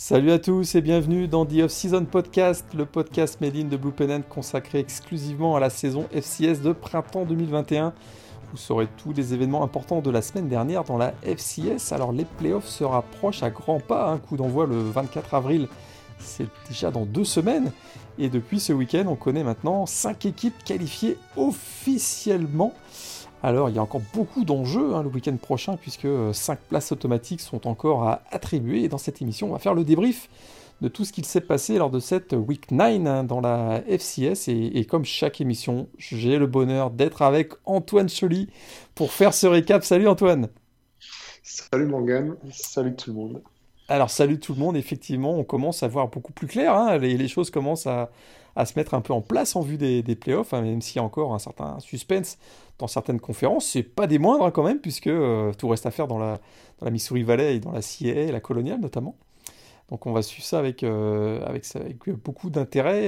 Salut à tous et bienvenue dans The Off-Season Podcast, le podcast made in de Blue Pennant consacré exclusivement à la saison FCS de printemps 2021. Vous saurez tous les événements importants de la semaine dernière dans la FCS. Alors les playoffs se rapprochent à grands pas, coup d'envoi le 24 avril, c'est déjà dans 2 semaines. Et depuis ce week-end, on connaît maintenant 5 équipes qualifiées officiellement. Alors, il y a encore beaucoup d'enjeux le week-end prochain, puisque 5 places automatiques sont encore à attribuer. Et dans cette émission, on va faire le débrief de tout ce qu'il s'est passé lors de cette Week 9 dans la FCS. Et comme chaque émission, j'ai le bonheur d'être avec Antoine Choly pour faire ce récap. Salut Antoine. Salut Morgane, salut tout le monde. Alors, salut tout le monde. Effectivement, on commence à voir beaucoup plus clair. Les choses commencent à se mettre un peu en place en vue des playoffs, même s'il y a encore un certain suspense dans certaines conférences. C'est pas des moindres quand même, puisque tout reste à faire dans la Missouri Valley et dans la CAA et la coloniale notamment. Donc on va suivre ça avec beaucoup d'intérêt.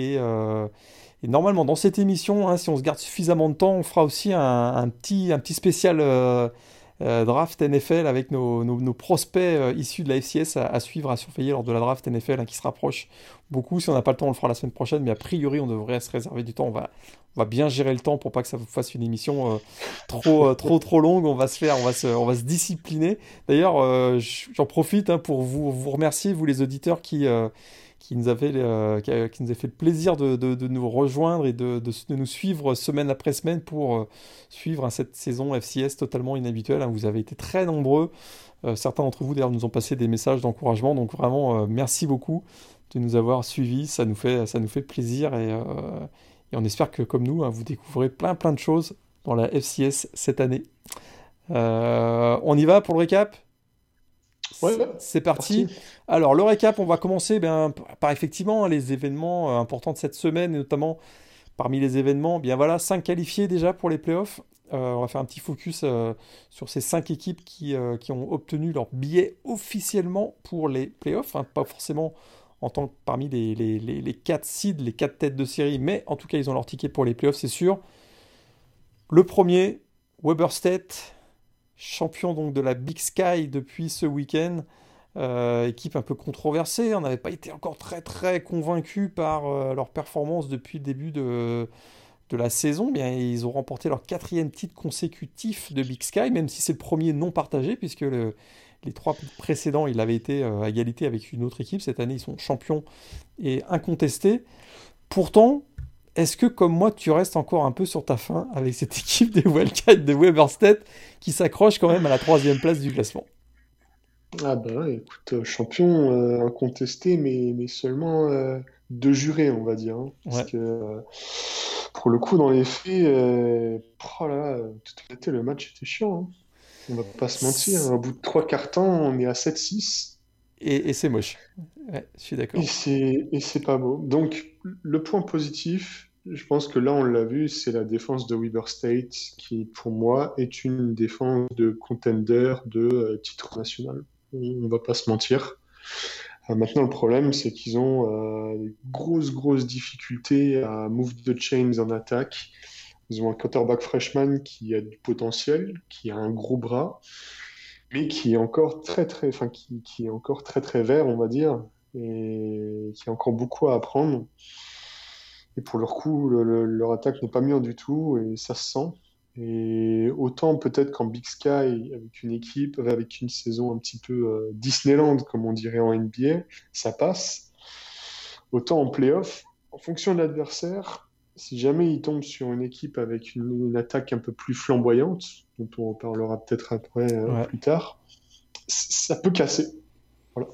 Et normalement, dans cette émission, si on se garde suffisamment de temps, on fera aussi un petit spécial draft NFL avec nos prospects issus de la FCS à suivre, à surveiller lors de la draft NFL qui se rapproche beaucoup. Si on n'a pas le temps, on le fera la semaine prochaine, mais a priori, on devrait se réserver du temps. On va bien gérer le temps pour pas que ça vous fasse une émission trop longue. On va se discipliner. D'ailleurs, j'en profite pour vous remercier, vous les auditeurs qui nous a fait le plaisir de nous rejoindre et de nous suivre semaine après semaine pour suivre cette saison FCS totalement inhabituelle. Vous avez été très nombreux. Certains d'entre vous d'ailleurs nous ont passé des messages d'encouragement. Donc vraiment, merci beaucoup de nous avoir suivis. Ça nous fait plaisir et on espère que comme nous, vous découvrez plein de choses dans la FCS cette année. On y va pour le récap ? Ouais, C'est parti. parti. Alors, le récap, on va commencer par effectivement les événements importants de cette semaine, et notamment parmi les événements, bien voilà, 5 qualifiés déjà pour les playoffs. On va faire un petit focus sur ces 5 équipes qui ont obtenu leur billet officiellement pour les playoffs, pas forcément en tant que parmi les 4 seeds, les 4 têtes de série, mais en tout cas, ils ont leur ticket pour les playoffs, c'est sûr. Le premier, Weber State, champion donc de la Big Sky depuis ce week-end. Équipe un peu controversée, on n'avait pas été encore très très convaincus par leur performance depuis le début de la saison. Bien, ils ont remporté leur 4e titre consécutif de Big Sky, même si c'est le premier non partagé, puisque les 3 précédents, il avait été à égalité avec une autre équipe. Cette année, ils sont champions et incontestés. Pourtant, est-ce que, comme moi, tu restes encore un peu sur ta faim avec cette équipe des Wildcats de Weber State qui s'accroche quand même à la 3e place du classement? Ah bah ouais, écoute, champion incontesté, mais seulement de juré, on va dire. Parce Ouais. que pour le coup, dans les faits, oh là là, toute honnêteté, le match était chiant. On va pas se mentir. Au bout de 3 quarts-temps, on est à 7-6. Et c'est moche. Ouais, je suis Et d'accord. c'est pas beau. Donc, le point positif, je pense que là, on l'a vu, c'est la défense de Weber State, qui, pour moi, est une défense de contender de titre national. On va pas se mentir. Maintenant, le problème, c'est qu'ils ont des grosses difficultés à move the chains en attaque. Ils ont un quarterback freshman qui a du potentiel, qui a un gros bras, mais qui est encore enfin, qui est encore très vert, on va dire, et qui a encore beaucoup à apprendre. Et pour leur coup, leur attaque n'est pas mûre du tout, et ça se sent. Et autant peut-être qu'en Big Sky, avec une équipe, avec une saison un petit peu Disneyland, comme on dirait en NBA, ça passe. Autant en playoff, en fonction de l'adversaire, si jamais il tombe sur une équipe avec une attaque un peu plus flamboyante, dont on parlera peut-être après, Ouais. plus tard, ça peut casser. Voilà.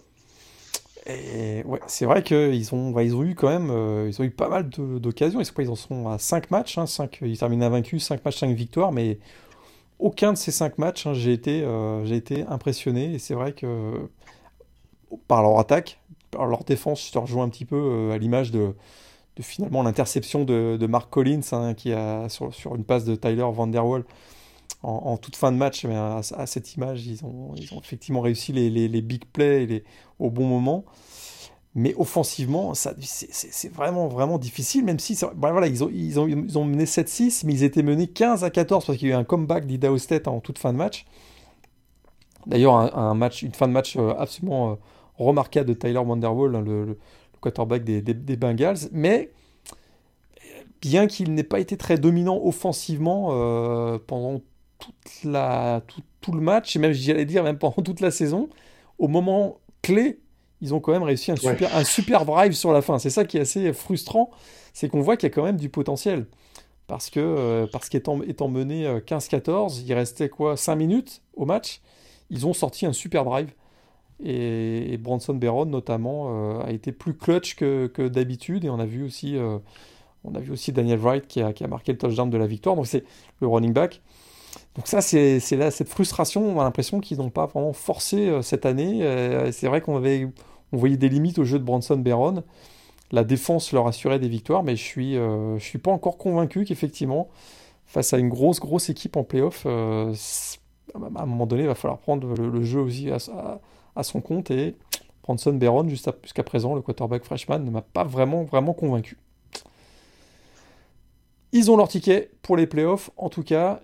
Et ouais, c'est vrai qu'ils ont eu quand même ils ont eu pas mal d'occasions. Ils en sont à 5 matchs. 5, ils terminent invaincus, 5 matchs, 5 victoires. Mais aucun de ces 5 matchs, j'ai été impressionné. Et c'est vrai que par leur attaque, par leur défense, je te rejoins un petit peu à l'image de finalement l'interception de Mark Collins qui a sur une passe de Tyler Van Der Waal en toute fin de match. Mais à cette image, ils ont effectivement réussi les big plays au bon moment. Mais offensivement, c'est vraiment difficile, même si voilà, ils ont mené 7-6, mais ils étaient menés 15-14 parce qu'il y a eu un comeback d'Idaho State en toute fin de match. D'ailleurs, une fin de match absolument remarquable de Tyler Wonderwall, hein, le quarterback des Bengals. Mais bien qu'il n'ait pas été très dominant offensivement pendant tout le match, et même j'allais dire même pendant toute la saison, au moment clé, ils ont quand même réussi Ouais. un super drive sur la fin. C'est ça qui est assez frustrant, c'est qu'on voit qu'il y a quand même du potentiel. Parce qu'étant mené 15-14, il restait quoi 5 minutes au match, ils ont sorti un super drive. Et Bronson Barron notamment a été plus clutch que d'habitude. Et on a vu aussi Daniel Wright qui a marqué le touchdown de la victoire. Donc c'est le running back. Donc ça, c'est là, cette frustration, on a l'impression qu'ils n'ont pas vraiment forcé cette année. C'est vrai on voyait des limites au jeu de Bronson Barron. La défense leur assurait des victoires, mais je suis pas encore convaincu qu'effectivement, face à une grosse équipe en playoff, à un moment donné, il va falloir prendre le jeu aussi à son compte. Et Bronson Barron, jusqu'à présent, le quarterback freshman, ne m'a pas vraiment convaincu. Ils ont leur ticket pour les playoffs, en tout cas.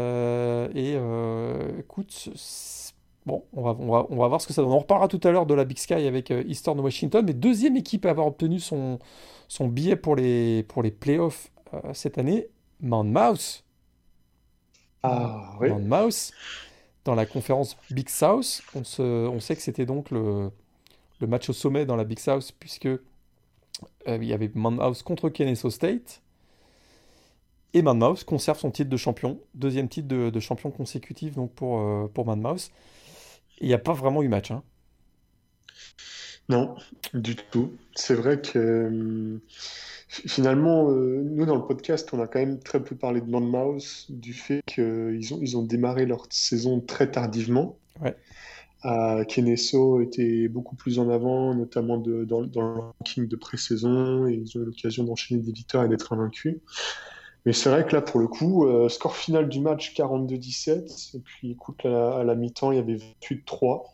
Écoute, bon, on va voir ce que ça donne. On reparlera tout à l'heure de la Big Sky avec Eastern Washington, mais deuxième équipe à avoir obtenu son billet pour les playoffs cette année, Monmouth. Ah, oui. Monmouth, dans la conférence Big South. On sait que c'était donc le match au sommet dans la Big South, puisque il y avait Monmouth contre Kennesaw State. Et Monmouth conserve son titre de champion, deuxième titre de champion consécutif donc pour Monmouth. Et il n'y a pas vraiment eu match. Hein. Non, du tout. C'est vrai que finalement, nous dans le podcast, on a quand même très peu parlé de Monmouth, du fait qu'ils ont démarré leur saison très tardivement. Ouais. Kennesaw était beaucoup plus en avant, notamment dans le ranking de pré-saison, et ils ont eu l'occasion d'enchaîner des victoires et d'être invaincus. Mais c'est vrai que là, pour le coup, score final du match 42-17, et puis écoute, à la mi-temps, il y avait 28-3.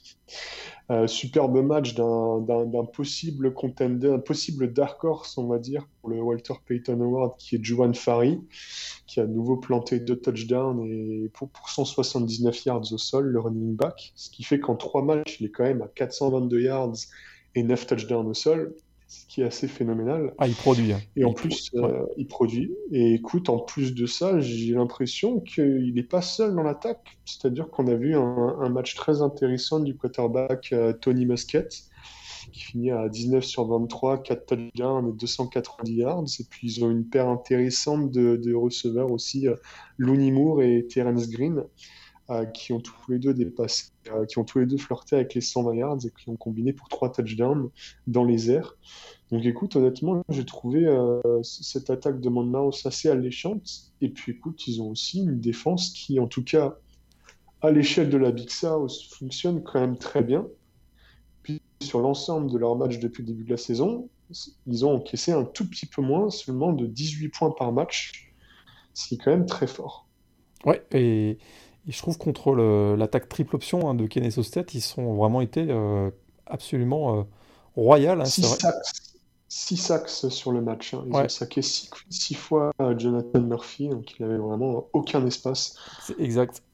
Superbe match d'un possible contender, un possible dark horse, on va dire, pour le Walter Payton Award, qui est Juwan Farri, qui a de nouveau planté 2 touchdowns et pour 179 yards au sol, le running back. Ce qui fait qu'en 3 matchs, il est quand même à 422 yards et 9 touchdowns au sol, ce qui est assez phénoménal. Ah, il produit. Hein. Et en plus, Ouais. il produit. Et écoute, en plus de ça, j'ai l'impression qu'il n'est pas seul dans l'attaque. C'est-à-dire qu'on a vu un match très intéressant du quarterback Tony Muskett, qui finit à 19 sur 23, 4 touchdowns et 290 yards. Et puis, ils ont une paire intéressante de receveurs aussi, Looney Moore et Terrence Green, qui ont tous les deux qui ont tous les deux flirté avec les 120 yards et qui ont combiné pour 3 touchdowns dans les airs. Donc écoute, honnêtement, j'ai trouvé cette attaque de Monmouth assez alléchante. Et puis écoute, ils ont aussi une défense qui, en tout cas, à l'échelle de la Big South, fonctionne quand même très bien. Puis sur l'ensemble de leurs matchs depuis le début de la saison, ils ont encaissé un tout petit peu moins, seulement de 18 points par match, ce qui est quand même très fort. Ouais, et je trouve contre l'attaque triple option hein, de Kennesaw State, ils ont vraiment été absolument royal. Hein, 6 c'est vrai. sacks, 6 sacks sur le match, hein. Ils ont Ouais, saqué 6 fois Jonathan Murphy, donc il avait vraiment aucun espace. c'est exact.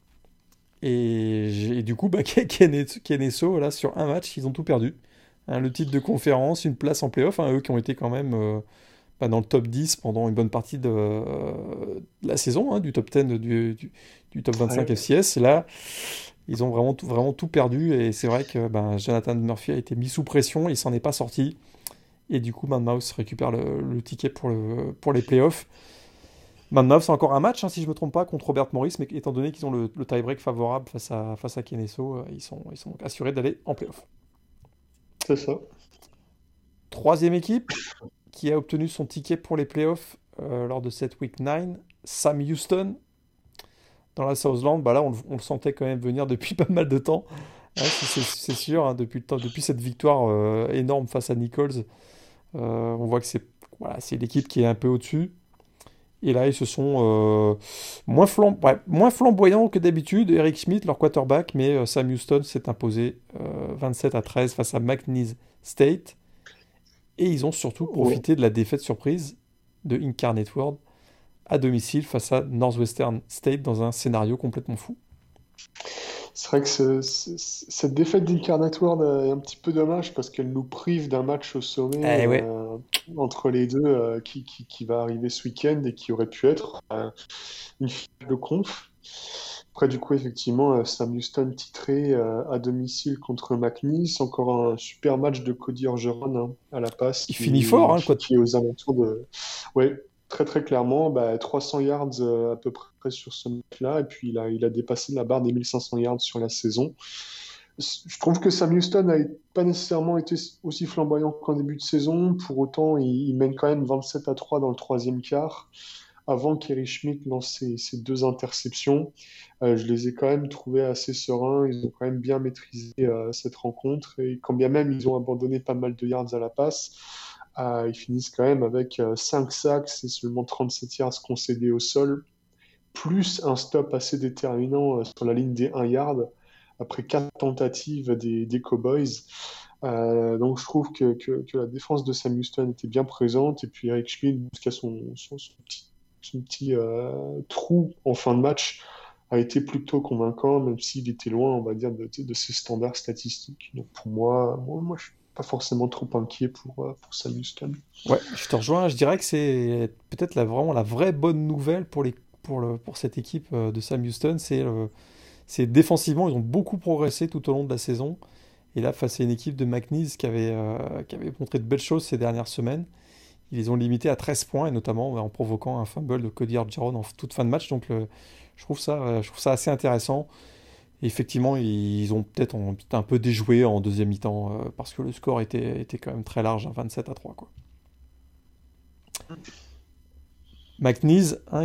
Et du coup, bah, Kennesaw, là, sur un match, ils ont tout perdu. Hein, le titre de conférence, une place en playoff, hein, eux qui ont été quand même dans le top 10 pendant une bonne partie de la saison, hein, du top 10, du top 25 Ouais. FCS. Là, ils ont vraiment tout perdu. Et c'est vrai que Jonathan Murphy a été mis sous pression, il s'en est pas sorti. Et du coup, Monmouth récupère le ticket pour les playoffs. Monmouth, c'est encore un match, hein, si je ne me trompe pas, contre Robert Morris, mais étant donné qu'ils ont le tie-break favorable face à Kennesaw, ils sont donc assurés d'aller en playoff. C'est ça. Troisième équipe qui a obtenu son ticket pour les playoffs lors de cette Week 9, Sam Houston, dans la Southland. Bah là, on le sentait quand même venir depuis pas mal de temps. Hein, c'est sûr, hein, depuis cette victoire énorme face à Nichols, on voit que c'est l'équipe qui est un peu au-dessus. Et là, ils se sont moins flamboyants que d'habitude. Eric Schmidt, leur quarterback, mais Sam Houston s'est imposé 27-13 face à McNeese State. Et ils ont surtout Ouais. profité de la défaite surprise de Incarnate Word à domicile face à Northwestern State dans un scénario complètement fou. C'est vrai que cette défaite d'Incarnate World est un petit peu dommage parce qu'elle nous prive d'un match au sommet Eh ouais, entre les deux qui va arriver ce week-end et qui aurait pu être une finale de conf. Après, du coup, effectivement, Sam Houston titré à domicile contre McNeese. Encore un super match de Cody Orgeron à la passe il finit fort, hein, quoi. qui est aux alentours de. Ouais, très très clairement, 300 yards à peu près sur ce match-là. Et puis, il a dépassé la barre des 1500 yards sur la saison. Je trouve que Sam Houston n'a pas nécessairement été aussi flamboyant qu'en début de saison. Pour autant, il mène quand même 27-3 dans le troisième quart avant qu'Eric Schmidt lance ses deux interceptions. Je les ai quand même trouvés assez sereins. Ils ont quand même bien maîtrisé cette rencontre. Et quand bien même ils ont abandonné pas mal de yards à la passe, ils finissent quand même avec 5 sacks et seulement 37 yards concédés au sol, plus un stop assez déterminant sur la ligne des 1 yard après 4 tentatives des Cowboys. Donc je trouve que la défense de Sam Houston était bien présente. Et puis Eric Schmidt, jusqu'à son petit trou en fin de match, a été plutôt convaincant, même s'il était loin, on va dire, de ses standards statistiques. Donc pour moi je suis pas forcément trop inquiet pour Sam Houston. Ouais, je te rejoins. Je dirais que c'est peut-être vraiment la vraie bonne nouvelle pour cette équipe de Sam Houston. C'est défensivement, ils ont beaucoup progressé tout au long de la saison. Et là, face à une équipe de McNeese qui avait montré de belles choses ces dernières semaines, ils les ont limités à 13 points, et notamment en provoquant un fumble de Cody Orgeron en toute fin de match. Donc je trouve ça assez intéressant. Et effectivement, ils ont peut-être un peu déjoué en deuxième mi-temps parce que le score était quand même très large, hein, 27-3, quoi. McNeese, hein,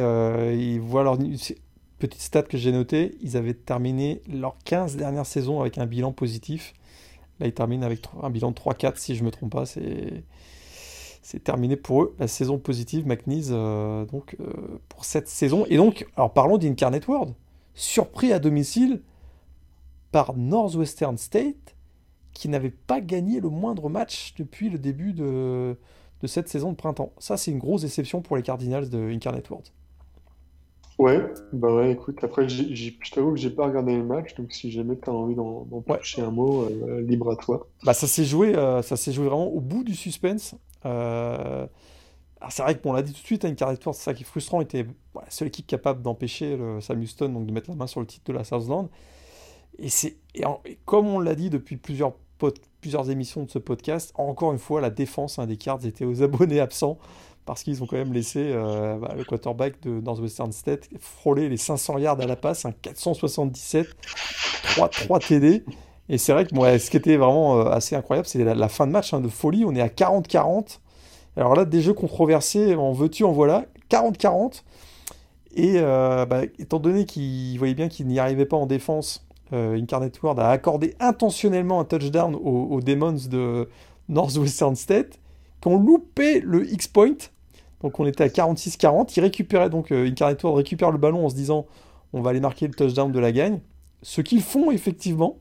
petite stat que j'ai notée, ils avaient terminé leurs 15 dernières saisons avec un bilan positif. Là, ils terminent avec un bilan de 3-4, si je ne me trompe pas. C'est terminé pour eux, la saison positive, McNeese, pour cette saison. Et donc, alors parlons d'Incarnate World. Surpris à domicile par Northwestern State, qui n'avait pas gagné le moindre match depuis le début de cette saison de printemps. Ça, c'est une grosse déception pour les Cardinals de Incarnate World. Ouais, bah ouais, écoute, après, je t'avoue que j'ai pas regardé le match, donc si jamais tu as envie d'en Ouais, toucher un mot, libre à toi. bah ça s'est joué vraiment au bout du suspense. Alors c'est vrai que bon, on l'a dit tout de suite, hein, Incarnate World, c'est ça qui est frustrant, était la seule équipe capable d'empêcher le Sam Houston donc de mettre la main sur le titre de la Southland. Et comme on l'a dit depuis plusieurs émissions de ce podcast, encore une fois, la défense des Cards était aux abonnés absents parce qu'ils ont quand même laissé le quarterback de Northwestern State frôler les 500 yards à la passe, un 477, 3 TD. Et c'est vrai que ce qui était vraiment assez incroyable, c'est la fin de match, hein, de folie. On est à 40-40. Alors là, des jeux controversés, en veux-tu, en voilà, 40-40. Et étant donné qu'ils voyaient bien qu'ils n'y arrivaient pas en défense, Incarnate World a accordé intentionnellement un touchdown aux Demons de Northwestern State, qui ont loupé le X-Point. Donc on était à 46-40. Ils récupéraient donc Incarnate World récupère le ballon en se disant on va aller marquer le touchdown de la gagne. Ce qu'ils font effectivement.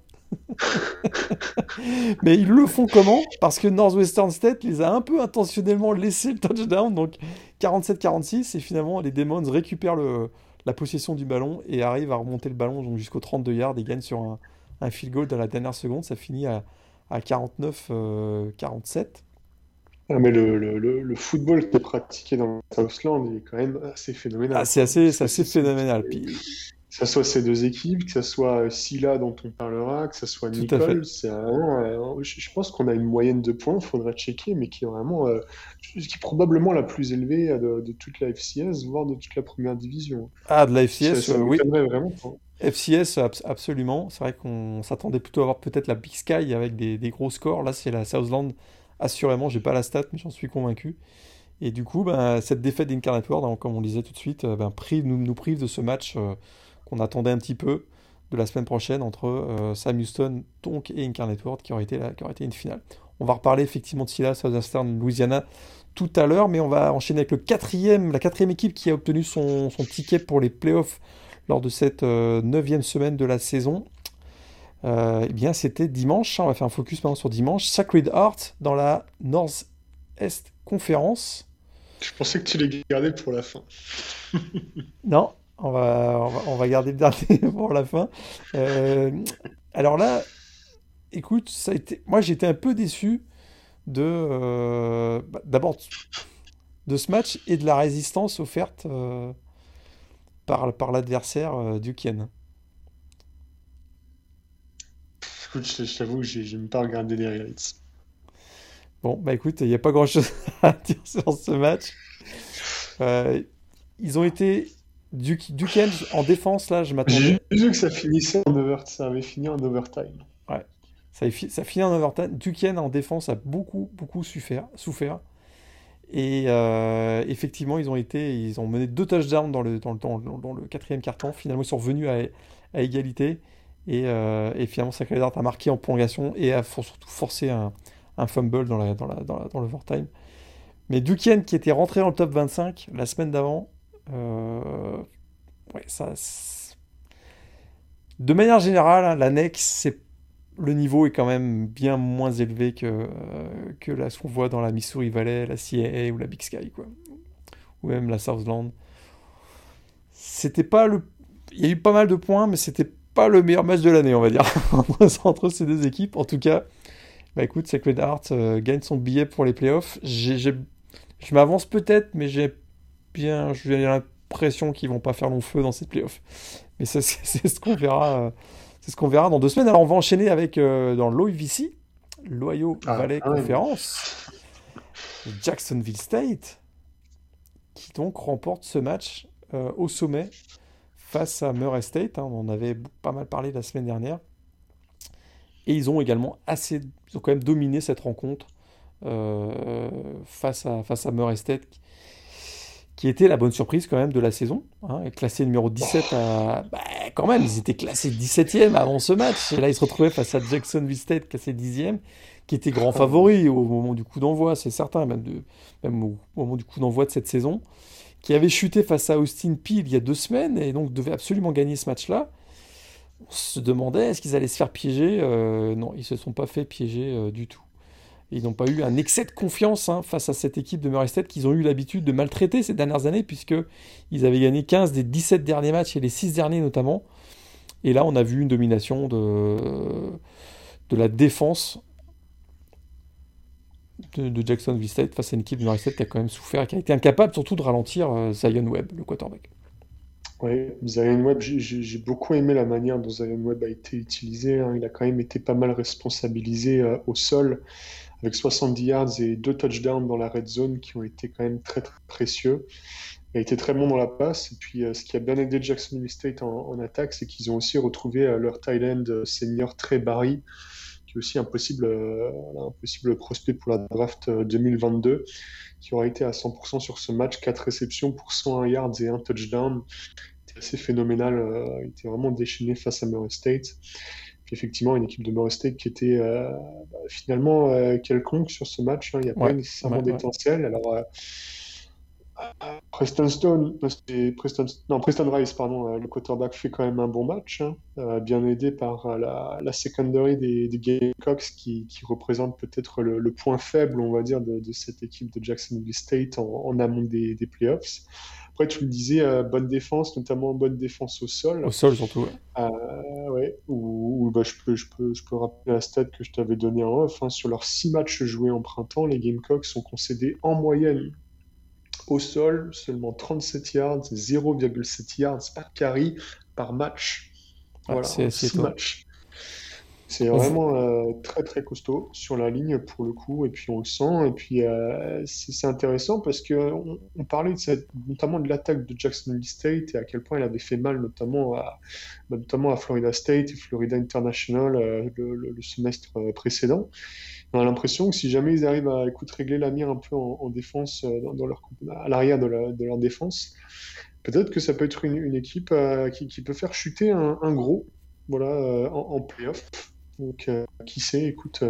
Mais ils le font comment? Parce que Northwestern State les a un peu intentionnellement laissé le touchdown. Donc 47-46. Et finalement les Demons récupèrent la possession du ballon et arrivent à remonter le ballon donc jusqu'aux 32 yards et gagnent sur un field goal dans la dernière seconde. Ça finit à 49-47. Ah, mais le football qui est pratiqué dans le Southland est quand même assez Ah, phénoménal, quoi. Parce c'est que assez phénoménal. Puis, que ça soit ces deux équipes, que ça soit Silla dont on parlera, que ça soit tout à fait. Nicole, c'est vraiment, je pense qu'on a une moyenne de points, il faudra checker, mais qui est vraiment, qui est probablement la plus élevée de toute la FCS, voire de toute la première division. Ah, de la FCS, Ça oui. m'étonnerait vraiment, quoi. FCS, absolument. C'est vrai qu'on s'attendait plutôt à avoir peut-être la Big Sky avec des gros scores. Là, c'est la Southland, assurément. J'ai pas la stat, mais j'en suis convaincu. Et du coup, cette défaite d'Incarnate World, hein, comme on le disait tout de suite, nous prive de ce match qu'on attendait un petit peu de la semaine prochaine entre Sam Houston donc, et Incarnate World qui aurait été une finale. On va reparler effectivement de Silas, Southern Louisiana tout à l'heure, mais on va enchaîner avec la quatrième équipe qui a obtenu son ticket pour les playoffs lors de cette neuvième semaine de la saison. Eh bien, c'était dimanche, hein, on va faire un focus maintenant sur dimanche. Sacred Heart dans la North-Est Conference. Je pensais que tu les gardais pour la fin. Non, On va garder le dernier pour la fin. Euh, alors là, écoute, ça a été, moi j'étais un peu déçu d'abord de ce match et de la résistance offerte par l'adversaire Duquesne. Écoute, je t'avoue que j'ai même pas regardé les highlights. Bon, bah écoute, il n'y a pas grand-chose à dire sur ce match. Euh, ils ont été Duquesne en défense, là, je J'ai m'attendais. vu que ça finissait en over... ça avait fini en overtime. Ouais, ça finit en overtime. Duquesne en défense a beaucoup souffert. Et effectivement, ils ont mené deux touchdowns dans le quatrième quart-temps. Finalement, ils sont revenus à égalité. Et finalement, Sacred Heart a marqué en prolongation et a surtout forcé un fumble dans l'overtime. Mais Duquesne, qui était rentré dans le top 25 la semaine d'avant, ouais, de manière générale, hein, l'annexe, le niveau est quand même bien moins élevé que là, ce qu'on voit dans la Missouri Valley, la CAA ou la Big Sky, quoi. Ou même la Southland. C'était pas le... Il y a eu pas mal de points, mais c'était pas le meilleur match de l'année, on va dire, entre ces deux équipes. En tout cas, bah écoute, Sacred Heart gagne son billet pour les playoffs. Je m'avance peut-être, mais j'ai l'impression qu'ils vont pas faire long feu dans ces playoffs. Mais ça, c'est ce qu'on verra. C'est ce qu'on verra dans 2 semaines. Alors on va enchaîner avec dans l'OVC, l'Ohio Ah, Valley quand même. Conference, Jacksonville State, qui donc remporte ce match au sommet face à Murray State, hein. On en avait pas mal parlé la semaine dernière. Et ils ont quand même dominé cette rencontre euh, face à Murray State, qui était la bonne surprise quand même de la saison, hein, classé numéro 17 à... Bah, quand même, ils étaient classés 17e avant ce match, et là ils se retrouvaient face à Jacksonville State, classé 10e, qui était grand favori au moment du coup d'envoi, c'est certain, même au moment du coup d'envoi de cette saison, qui avait chuté face à Austin Peay il y a 2 semaines, et donc devait absolument gagner ce match-là. On se demandait est-ce qu'ils allaient se faire piéger. Non, ils se sont pas fait piéger du tout. Ils n'ont pas eu un excès de confiance, hein, face à cette équipe de Murray State qu'ils ont eu l'habitude de maltraiter ces dernières années, puisque ils avaient gagné 15 des 17 derniers matchs et les 6 derniers notamment. Et là, on a vu une domination de la défense de Jacksonville State face à une équipe de Murray State qui a quand même souffert et qui a été incapable surtout de ralentir Zion Webb, le quarterback. Ouais, Zion Webb, j'ai beaucoup aimé la manière dont Zion Webb a été utilisé, hein. Il a quand même été pas mal responsabilisé au sol, avec 70 yards et 2 touchdowns dans la red zone qui ont été quand même très, très précieux. Il a été très bon dans la passe. Et puis, ce qui a bien aidé Jacksonville State en attaque, c'est qu'ils ont aussi retrouvé leur tight end senior Trey Barry, qui est aussi un possible prospect pour la draft 2022, qui aura été à 100% sur ce match, 4 réceptions pour 101 yards et un touchdown. C'était assez phénoménal. Il était vraiment déchaîné face à Murray State. Puis effectivement, une équipe de Murray State qui était finalement quelconque sur ce match, hein. Il n'y a pas eu Ouais, nécessairement ouais, ouais. d'étincelle. Alors, Preston Stone, non, Preston Rice, pardon, le quarterback fait quand même un bon match, hein, bien aidé par la secondary des Gamecocks qui représente peut-être le point faible, on va dire, de cette équipe de Jacksonville State en amont des playoffs. Après, tu le disais, bonne défense, notamment bonne défense au Au sol. sol surtout, ouais. Ouais, bah, je peux rappeler la stat que je t'avais donnée en off, hein. Sur leurs 6 matchs joués en printemps, les Gamecocks ont concédé en moyenne au sol, seulement 37 yards, 0,7 yards par carry par match. Ouais, Voilà, c'est en assez 6 étonnant. matchs. C'est On vo- vraiment très très costaud sur la ligne pour le coup, et puis on le sent. Et puis c'est intéressant parce que on parlait notamment de l'attaque de Jacksonville State et à quel point elle avait fait mal, notamment à Florida State et Florida International le semestre précédent. On a l'impression que si jamais ils arrivent à régler la mire un peu en défense, à l'arrière de leur défense, peut-être que ça peut être une équipe qui peut faire chuter un gros, voilà, en playoff. Donc, qui sait, écoute,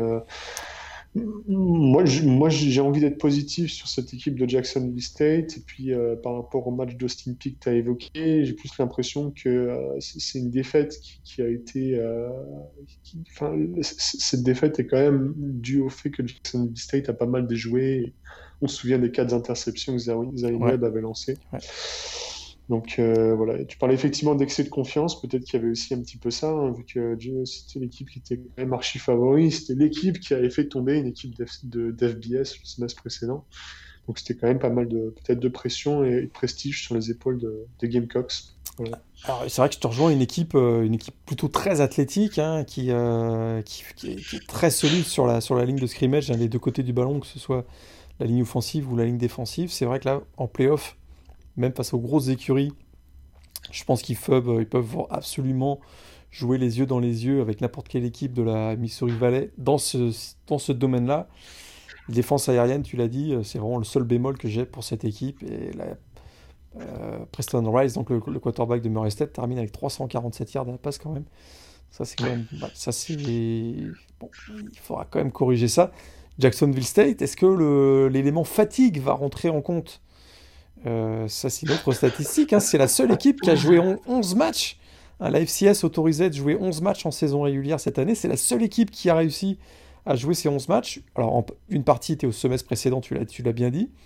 moi j'ai envie d'être positif sur cette équipe de Jacksonville State. Et puis, par rapport au match d'Austin Peay que tu as évoqué, j'ai plus l'impression que c'est une défaite qui a été. Enfin, cette défaite est quand même due au fait que Jacksonville State a pas mal déjoué. On se souvient des 4 interceptions que Zayn ouais, Webb avait lancées. ouais. Donc voilà, tu parlais effectivement d'excès de confiance, peut-être qu'il y avait aussi un petit peu ça, hein, vu que c'était l'équipe qui était quand même archi favori, c'était l'équipe qui avait fait tomber une équipe d'FBS le semestre précédent. Donc c'était quand même pas mal de peut-être de pression et de prestige sur les épaules des Gamecocks. Voilà. Alors, c'est vrai que je te rejoins une équipe plutôt très athlétique, hein, qui est très solide sur la ligne de scrimmage, hein, des deux côtés du ballon, que ce soit la ligne offensive ou la ligne défensive. C'est vrai que là, en playoff, même face aux grosses écuries, je pense ils peuvent absolument jouer les yeux dans les yeux avec n'importe quelle équipe de la Missouri Valley dans ce domaine-là. Défense aérienne, tu l'as dit, c'est vraiment le seul bémol que j'ai pour cette équipe. Et Preston Rice, donc le quarterback de Murray State, termine avec 347 yards à la passe quand même. Ça, c'est quand même. Bah, ça, c'est. Bon, il faudra quand même corriger ça. Jacksonville State, est-ce que l'élément fatigue va rentrer en compte? Ça, c'est une autre statistique, hein. C'est la seule équipe qui a joué 11 matchs. Hein, la FCS autorisait de jouer 11 matchs en saison régulière cette année. C'est la seule équipe qui a réussi à jouer ces 11 matchs. Alors, une partie était au semestre précédent, tu l'as bien dit.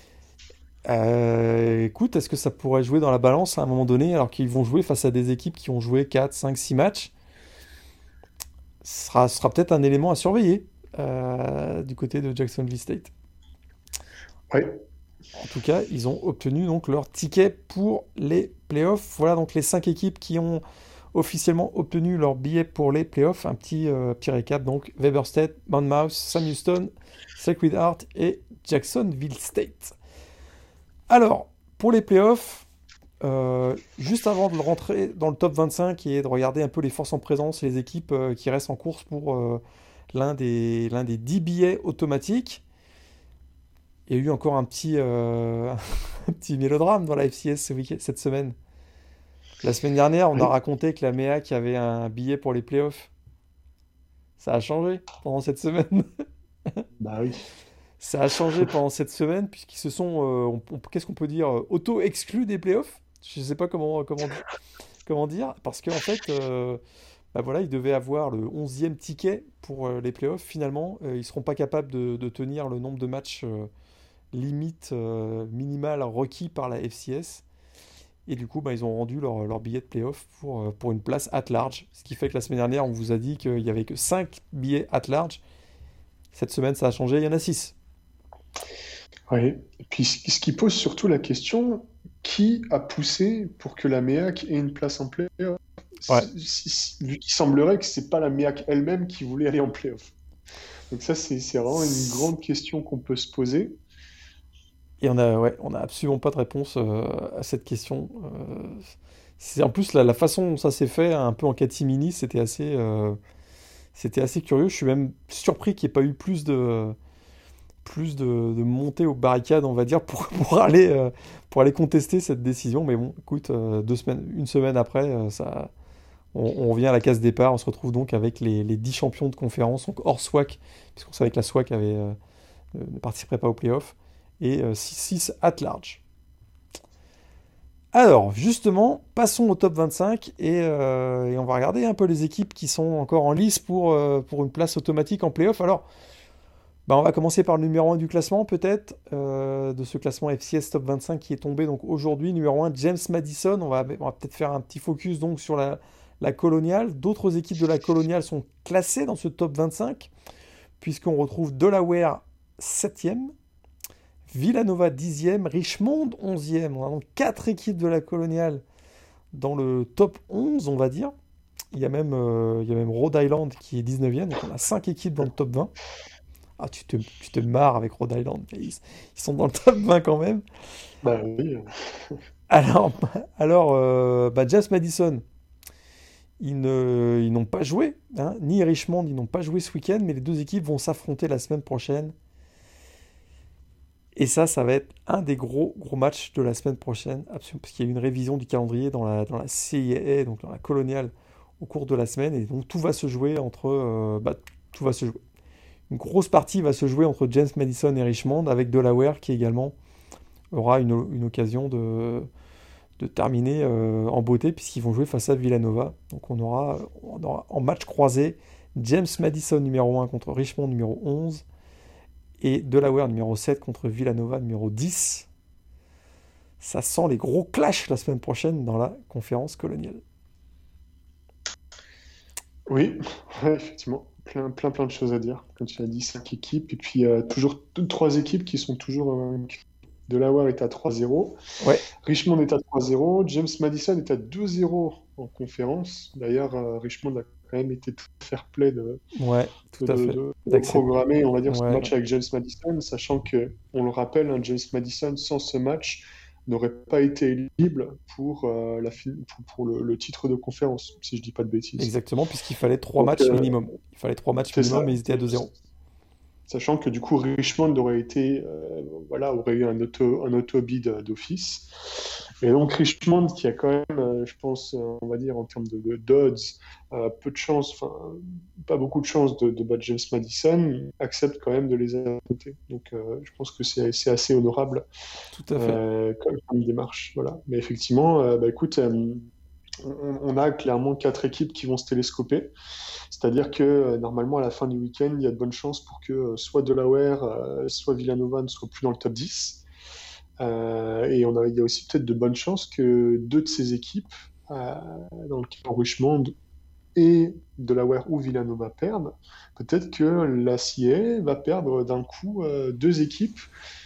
Écoute, est-ce que ça pourrait jouer dans la balance à un moment donné, alors qu'ils vont jouer face à des équipes qui ont joué 4, 5, 6 matchs? Ce sera peut-être un élément à surveiller du côté de Jacksonville State. Ouais, En tout cas, ils ont obtenu donc leur ticket pour les playoffs. Voilà donc les 5 équipes qui ont officiellement obtenu leur billet pour les playoffs. Un petit récap donc: Weber State, Monmouth, Sam Houston, Sacred Heart et Jacksonville State. Alors, pour les playoffs, juste avant de rentrer dans le top 25 et de regarder un peu les forces en présence, les équipes qui restent en course pour l'un des 10 billets automatiques, il y a eu encore un petit mélodrame dans la FCS cette semaine. La semaine dernière, on a ouais, raconté que la MEAC avait un billet pour les playoffs. Ça a changé pendant cette semaine. bah oui. Ça a changé pendant cette semaine puisqu'ils se sont, qu'est-ce qu'on peut dire, auto-exclus des playoffs. Je ne sais pas comment dire, parce qu'en fait, bah voilà, ils devaient avoir le 11e ticket pour les playoffs. Finalement, ils ne seront pas capables de tenir le nombre de matchs limite minimale requis par la FCS. Et du coup, bah, ils ont rendu leur billet de playoff pour une place at large. Ce qui fait que la semaine dernière, on vous a dit qu'il n'y avait que 5 billets at large. Cette semaine, ça a changé, il y en a 6. Ouais. Et puis ce qui pose surtout la question, qui a poussé pour que la MEAC ait une place en play-off? Ouais. Vu qu'il semblerait que c'est pas la MEAC elle-même qui voulait aller en play-off. Donc ça, c'est vraiment une grande question qu'on peut se poser. Et on a absolument pas de réponse à cette question. C'est en plus la façon dont ça s'est fait, un peu en catimini, c'était assez curieux. Je suis même surpris qu'il n'y ait pas eu de montée aux barricades, on va dire, pour aller contester cette décision. Mais bon, écoute, une semaine après, on revient à la case départ. On se retrouve donc avec les 10 champions de conférence, donc hors SWAC, puisqu'on savait que la SWAC ne participerait pas aux playoffs, et 6 at large. Alors, justement, passons au top 25 et on va regarder un peu les équipes qui sont encore en lice pour une place automatique en playoff. Alors, bah, on va commencer par le numéro 1 du classement, peut-être, de ce classement FCS Top 25 qui est tombé donc aujourd'hui. Numéro 1, James Madison. On va peut-être faire un petit focus donc sur la coloniale. D'autres équipes de la coloniale sont classées dans ce top 25, puisqu'on retrouve Delaware 7e, Villanova 10e, Richmond 11e. On a donc 4 équipes de la coloniale dans le top 11, on va dire. Il y a même Rhode Island qui est 19e, donc on a 5 équipes dans le top 20. Ah, tu te marres avec Rhode Island, mais ils sont dans le top 20 quand même. Bah oui. Alors, bah, James Madison, ils n'ont pas joué, hein, ni Richmond, ils n'ont pas joué ce week-end, mais les deux équipes vont s'affronter la semaine prochaine. Et ça va être un des gros matchs de la semaine prochaine, absolument, parce qu'il y a eu une révision du calendrier dans la CIAA, donc dans la coloniale, au cours de la semaine, et donc tout va se jouer tout va se jouer. Une grosse partie va se jouer entre James Madison et Richmond, avec Delaware qui également aura une occasion de terminer en beauté, puisqu'ils vont jouer face à Villanova. Donc on aura en match croisé James Madison numéro 1 contre Richmond numéro 11, et Delaware numéro 7 contre Villanova numéro 10. Ça sent les gros clashs la semaine prochaine dans la conférence coloniale. Oui, ouais, effectivement. Plein de choses à dire. Comme tu l'as dit, 5 équipes. Et puis, toujours 3 équipes qui sont toujours. Delaware est à 3-0. Ouais, Richmond est à 3-0. James Madison est à 2-0 en conférence. D'ailleurs, Richmond a quand même été très fair-play ouais, tout à fait. de D'accepter. programmer, on va dire, ce Ouais, match avec James Madison, sachant que, on le rappelle, hein, James Madison, sans ce match, n'aurait pas été éligible pour le titre de conférence, si je dis pas de bêtises. exactement, puisqu'il fallait 3 Donc, matchs minimum. Il fallait 3 matchs c'est ça. minimum et ils étaient à 2-0. Sachant que du coup, Richmond aurait été, voilà, aurait eu un auto-bid d'office. Et donc Richmond, qui a quand même, je pense, on va dire en termes d'odds, peu de chance, enfin, pas beaucoup de chance de battre James Madison, accepte quand même de les affronter. Donc je pense que c'est assez honorable Tout à fait. comme démarche. Voilà. Mais effectivement, bah, écoute, on a clairement 4 équipes qui vont se télescoper. C'est-à-dire que normalement, à la fin du week-end, il y a de bonnes chances pour que soit Delaware, soit Villanova ne soient plus dans le top 10. Et il y a aussi peut-être de bonnes chances que 2 de ces équipes, dans le cas de Richmond et Delaware ou Villanova, perdent. Peut-être que la CA va perdre d'un coup 2 équipes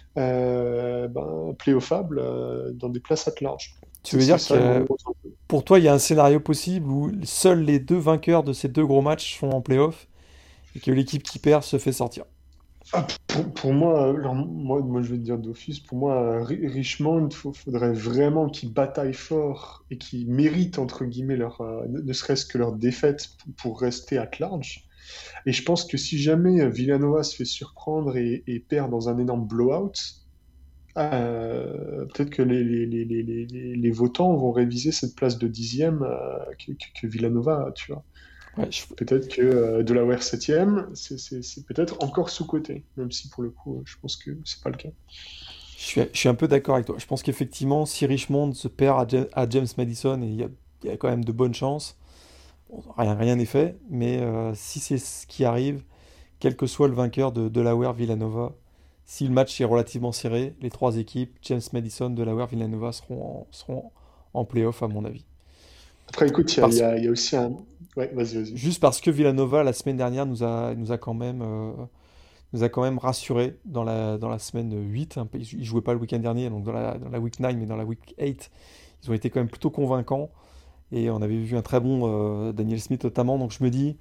playoffables dans des places at large. Tu veux C'est dire ça le que gros enjeu. pour toi, il y a un scénario possible où seuls les deux vainqueurs de ces deux gros matchs sont en playoff et que l'équipe qui perd se fait sortir. Pour moi, alors, moi, je vais te dire d'office, pour moi, Richmond, faudrait vraiment qu'ils bataillent fort et qu'ils méritent, entre guillemets, ne serait-ce que leur défaite pour rester at large. Et je pense que si jamais Villanova se fait surprendre et perd dans un énorme blowout, peut-être que les votants vont réviser cette place de 10e que Villanova a, tu vois. Ouais, Peut-être que Delaware 7e, c'est peut-être encore sous-coté, même si pour le coup, je pense que c'est pas le cas. je suis un peu d'accord avec toi. Je pense qu'effectivement, si Richmond se perd à James Madison, et il y a quand même de bonnes chances, bon, rien n'est fait, mais si c'est ce qui arrive, quel que soit le vainqueur de Delaware Villanova, si le match est relativement serré, les trois équipes, James Madison, Delaware, Villanova, seront en playoff, à mon avis. Après, écoute, Parce, il y a aussi un... Ouais, vas-y. juste parce que Villanova, la semaine dernière, nous a quand même rassuré dans la semaine 8. Ils ne jouaient pas le week-end dernier, donc dans la week 9, mais dans la week 8, ils ont été quand même plutôt convaincants. Et on avait vu un très bon Daniel Smith notamment. Donc je me dis,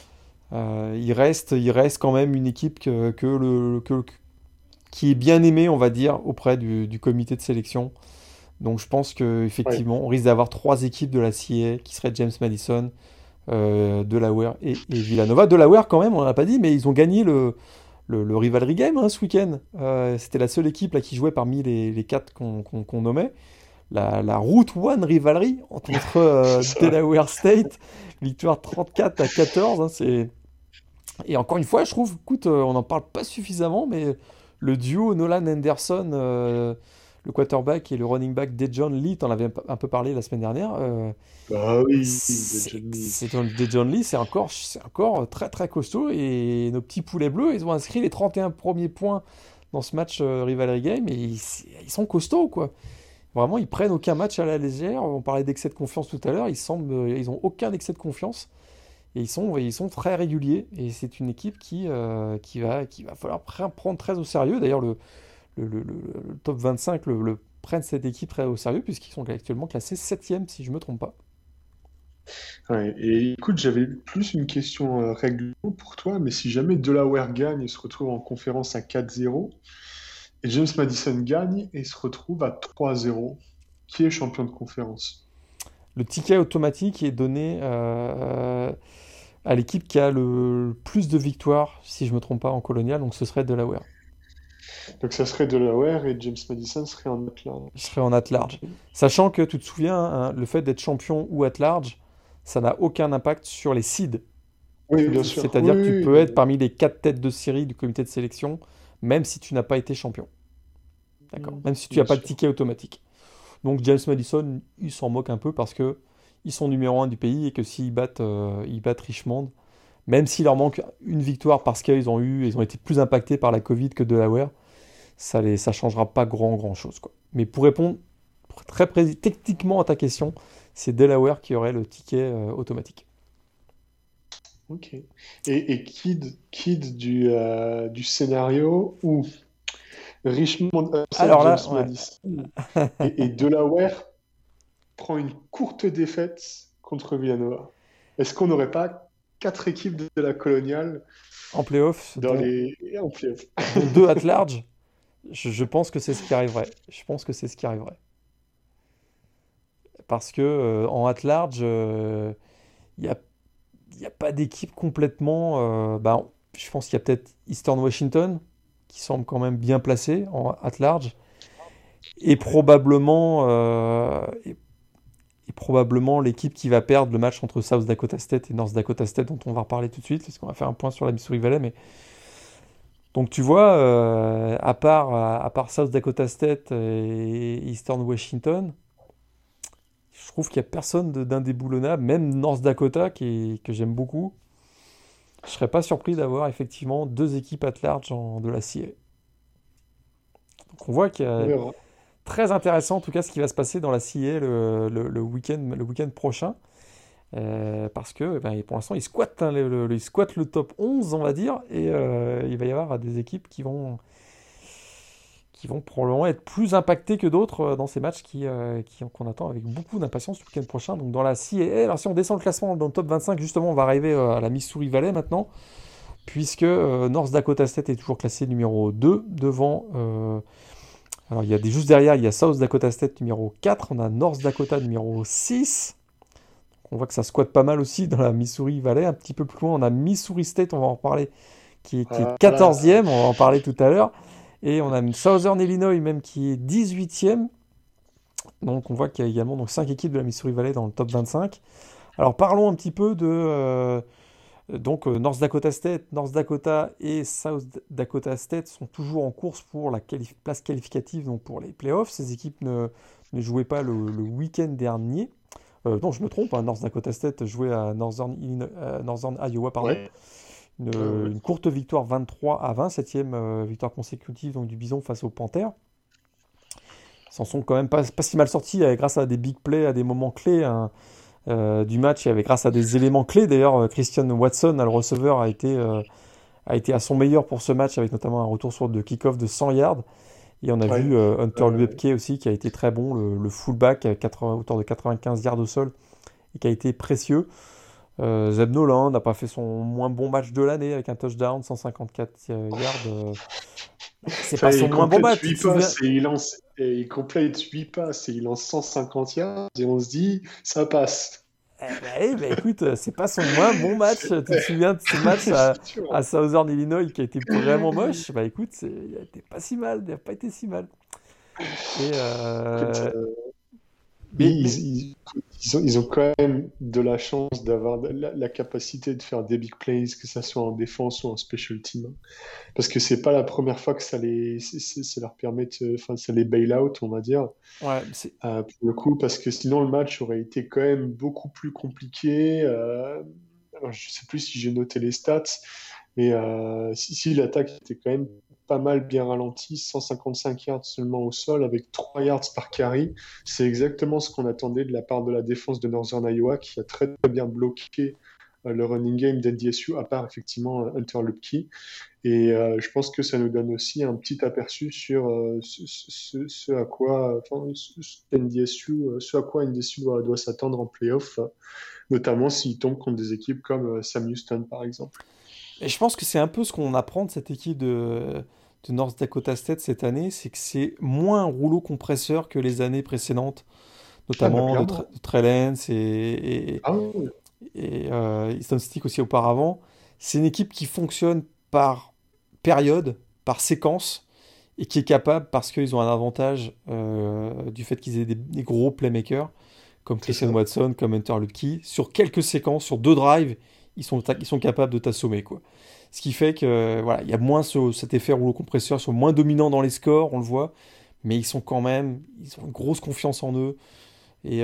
il reste quand même une équipe qui est bien aimée, on va dire, auprès du comité de sélection. Donc je pense Ouais, qu'effectivement, on risque d'avoir trois équipes de la CA qui seraient James Madison, Delaware et Villanova. Delaware, quand même, on l'a pas dit, mais ils ont gagné le rivalry game ce week-end. C'était la seule équipe là, qui jouait parmi les quatre qu'on nommait. La Route One Rivalry entre c'est ça. Delaware State, victoire 34-14. Et encore une fois, je trouve, écoute, on n'en parle pas suffisamment, mais le duo Nolan Anderson, le quarterback et le running back Dejon Lee, t'en avais un peu parlé la semaine dernière. Bah oui, de Johnny. Dejon Lee, c'est encore très très costaud. Et nos petits poulets bleus, ils ont inscrit les 31 premiers points dans ce match Rivalry Game et ils sont costauds, quoi. Vraiment, ils prennent aucun match à la légère. On parlait d'excès de confiance tout à l'heure. Ils ont aucun excès de confiance et ils sont très réguliers. Et c'est une équipe qui va falloir prendre très au sérieux. D'ailleurs, le top 25 prennent cette équipe très au sérieux puisqu'ils sont actuellement classés 7e si je me trompe pas. Ouais, et écoute, j'avais plus une question règlement pour toi, mais si jamais Delaware gagne et se retrouve en conférence à 4-0, et James Madison gagne et se retrouve à 3-0, qui est champion de conférence? Le ticket automatique est donné à l'équipe qui a le plus de victoires, si je me trompe pas, en colonial, donc ce serait Delaware. Donc ça serait Delaware et James Madison serait en Je Atlantique. serais en at large. Sachant que tu te souviens, hein, le fait d'être champion ou at large, ça n'a aucun impact sur les seeds. Oui, bien sûr. Oui, C'est-à-dire que tu oui, peux être parmi les quatre têtes de série du comité de sélection, même si tu n'as pas été champion. D'accord. Même si tu n'as bien pas le sûr. ticket automatique. Donc James Madison, il s'en moque un peu parce que ils sont numéro un du pays et que s'ils ils battent Richmond, même s'il leur manque une victoire parce ils ont été plus impactés par la Covid que Delaware, ça changera pas grand chose, quoi. Mais pour répondre techniquement à ta question, c'est Delaware qui aurait le ticket automatique. Ok. Et Kid du scénario où Richmond upset Alors James là, ouais. Madison et Delaware prend une courte défaite contre Villanova. Est-ce qu'on n'aurait pas quatre équipes de la coloniale En playoff, en playoff? dont deux at large, je pense que c'est ce qui arriverait. Je pense que c'est ce qui arriverait. Parce que en at large, il n'y a, y a pas d'équipe complètement. Je pense qu'il y a peut-être Eastern Washington, qui semble quand même bien placé en at large. Et probablement l'équipe qui va perdre le match entre South Dakota State et North Dakota State, dont on va reparler tout de suite, parce qu'on va faire un point sur la Missouri Valley. Mais... Donc tu vois, à part South Dakota State et Eastern Washington, je trouve qu'il n'y a personne d'indéboulonnable, même North Dakota, que j'aime beaucoup. Je serais pas surpris d'avoir effectivement deux équipes at large de la CA. Donc on voit qu'il y On a verra. très intéressant en tout cas ce qui va se passer dans la CA le week-end prochain. Parce que pour l'instant, ils squattent, hein, ils squattent le top 11, on va dire, et il va y avoir des équipes qui vont probablement être plus impactées que d'autres dans ces matchs qu'on attend avec beaucoup d'impatience le week-end prochain. Donc dans la CAA, alors si on descend le classement dans le top 25, justement, on va arriver à la Missouri Valley maintenant, puisque North Dakota State est toujours classé numéro 2 devant... alors il y a juste derrière, il y a South Dakota State numéro 4, on a North Dakota numéro 6. On voit que ça squatte pas mal aussi dans la Missouri Valley. Un petit peu plus loin, on a Missouri State, on va en reparler, qui est Voilà. 14e, on va en parler tout à l'heure. Et on a une Southern Illinois même qui est 18e. Donc on voit qu'il y a également donc, 5 équipes de la Missouri Valley dans le top 25. Alors parlons un petit peu de... North Dakota State, North Dakota et South Dakota State sont toujours en course pour la place qualificative, donc pour les playoffs. Ces équipes ne jouaient pas le week-end dernier. Non, je me trompe, hein, North Dakota State jouait à Northern Iowa, pardon. Ouais. Une, Ouais. une courte victoire 23-20, septième victoire consécutive donc, du Bison face aux Panthers. Ils s'en sont quand même pas si mal sortis grâce à des big plays, à des moments clés hein, du match, et grâce à des éléments clés. D'ailleurs, Christian Watson, le receveur, a été à son meilleur pour ce match, avec notamment un retour sur de kick-off de 100 yards. Et on a Ouais. vu Hunter Luepke aussi, qui a été très bon, le fullback, à hauteur de 95 yards au sol, et qui a été précieux. Zeb Noland n'a pas fait son moins bon match de l'année avec un touchdown, 154 yards. C'est pas Enfin, son il moins bon complète match, tu te 8 souviens? passes il complète 8 passes et il lance 150 yards et on se dit, ça passe. Écoute, c'est pas son moins bon match. C'est Tu te souviens de ce match c'est sûr. à Southern Illinois qui a été vraiment moche? Écoute, il a été pas si mal, il a pas été si mal. Et Écoute, mais, ils, mais ils- ils ont quand même de la chance d'avoir la capacité de faire des big plays, que ça soit en défense ou en special team. Parce que c'est pas la première fois que ça leur permet enfin, ça les bail out, on va dire, ouais, pour le coup, parce que sinon le match aurait été quand même beaucoup plus compliqué. Alors, je sais plus si j'ai noté les stats, mais si l'attaque était quand même pas mal bien ralentie, 155 yards seulement au sol, avec 3 yards par carry. C'est exactement ce qu'on attendait de la part de la défense de Northern Iowa, qui a très, très bien bloqué le running game d'NDSU, à part effectivement Hunter Luepke. Et je pense que ça nous donne aussi un petit aperçu sur ce à quoi, enfin, ce à quoi NDSU doit s'attendre en playoff, notamment s'il tombe contre des équipes comme Sam Houston, par exemple. et je pense que c'est un peu ce qu'on apprend de cette équipe de North Dakota State cette année, c'est que c'est moins un rouleau compresseur que les années précédentes, Ah bah notamment clairement. de Trey Lance et, Ah oui, Easton Stick aussi auparavant. C'est une équipe qui fonctionne par période, par séquence, et qui est capable, parce qu'ils ont un avantage du fait qu'ils aient des gros playmakers, comme c'est Christian ça. Watson, comme Hunter Luepke, sur quelques séquences, sur deux drives, ils sont capables de t'assommer, quoi. Ce qui fait que voilà, il y a moins cet effet rouleau compresseur, ils sont moins dominants dans les scores, on le voit, mais ils ont une grosse confiance en eux, et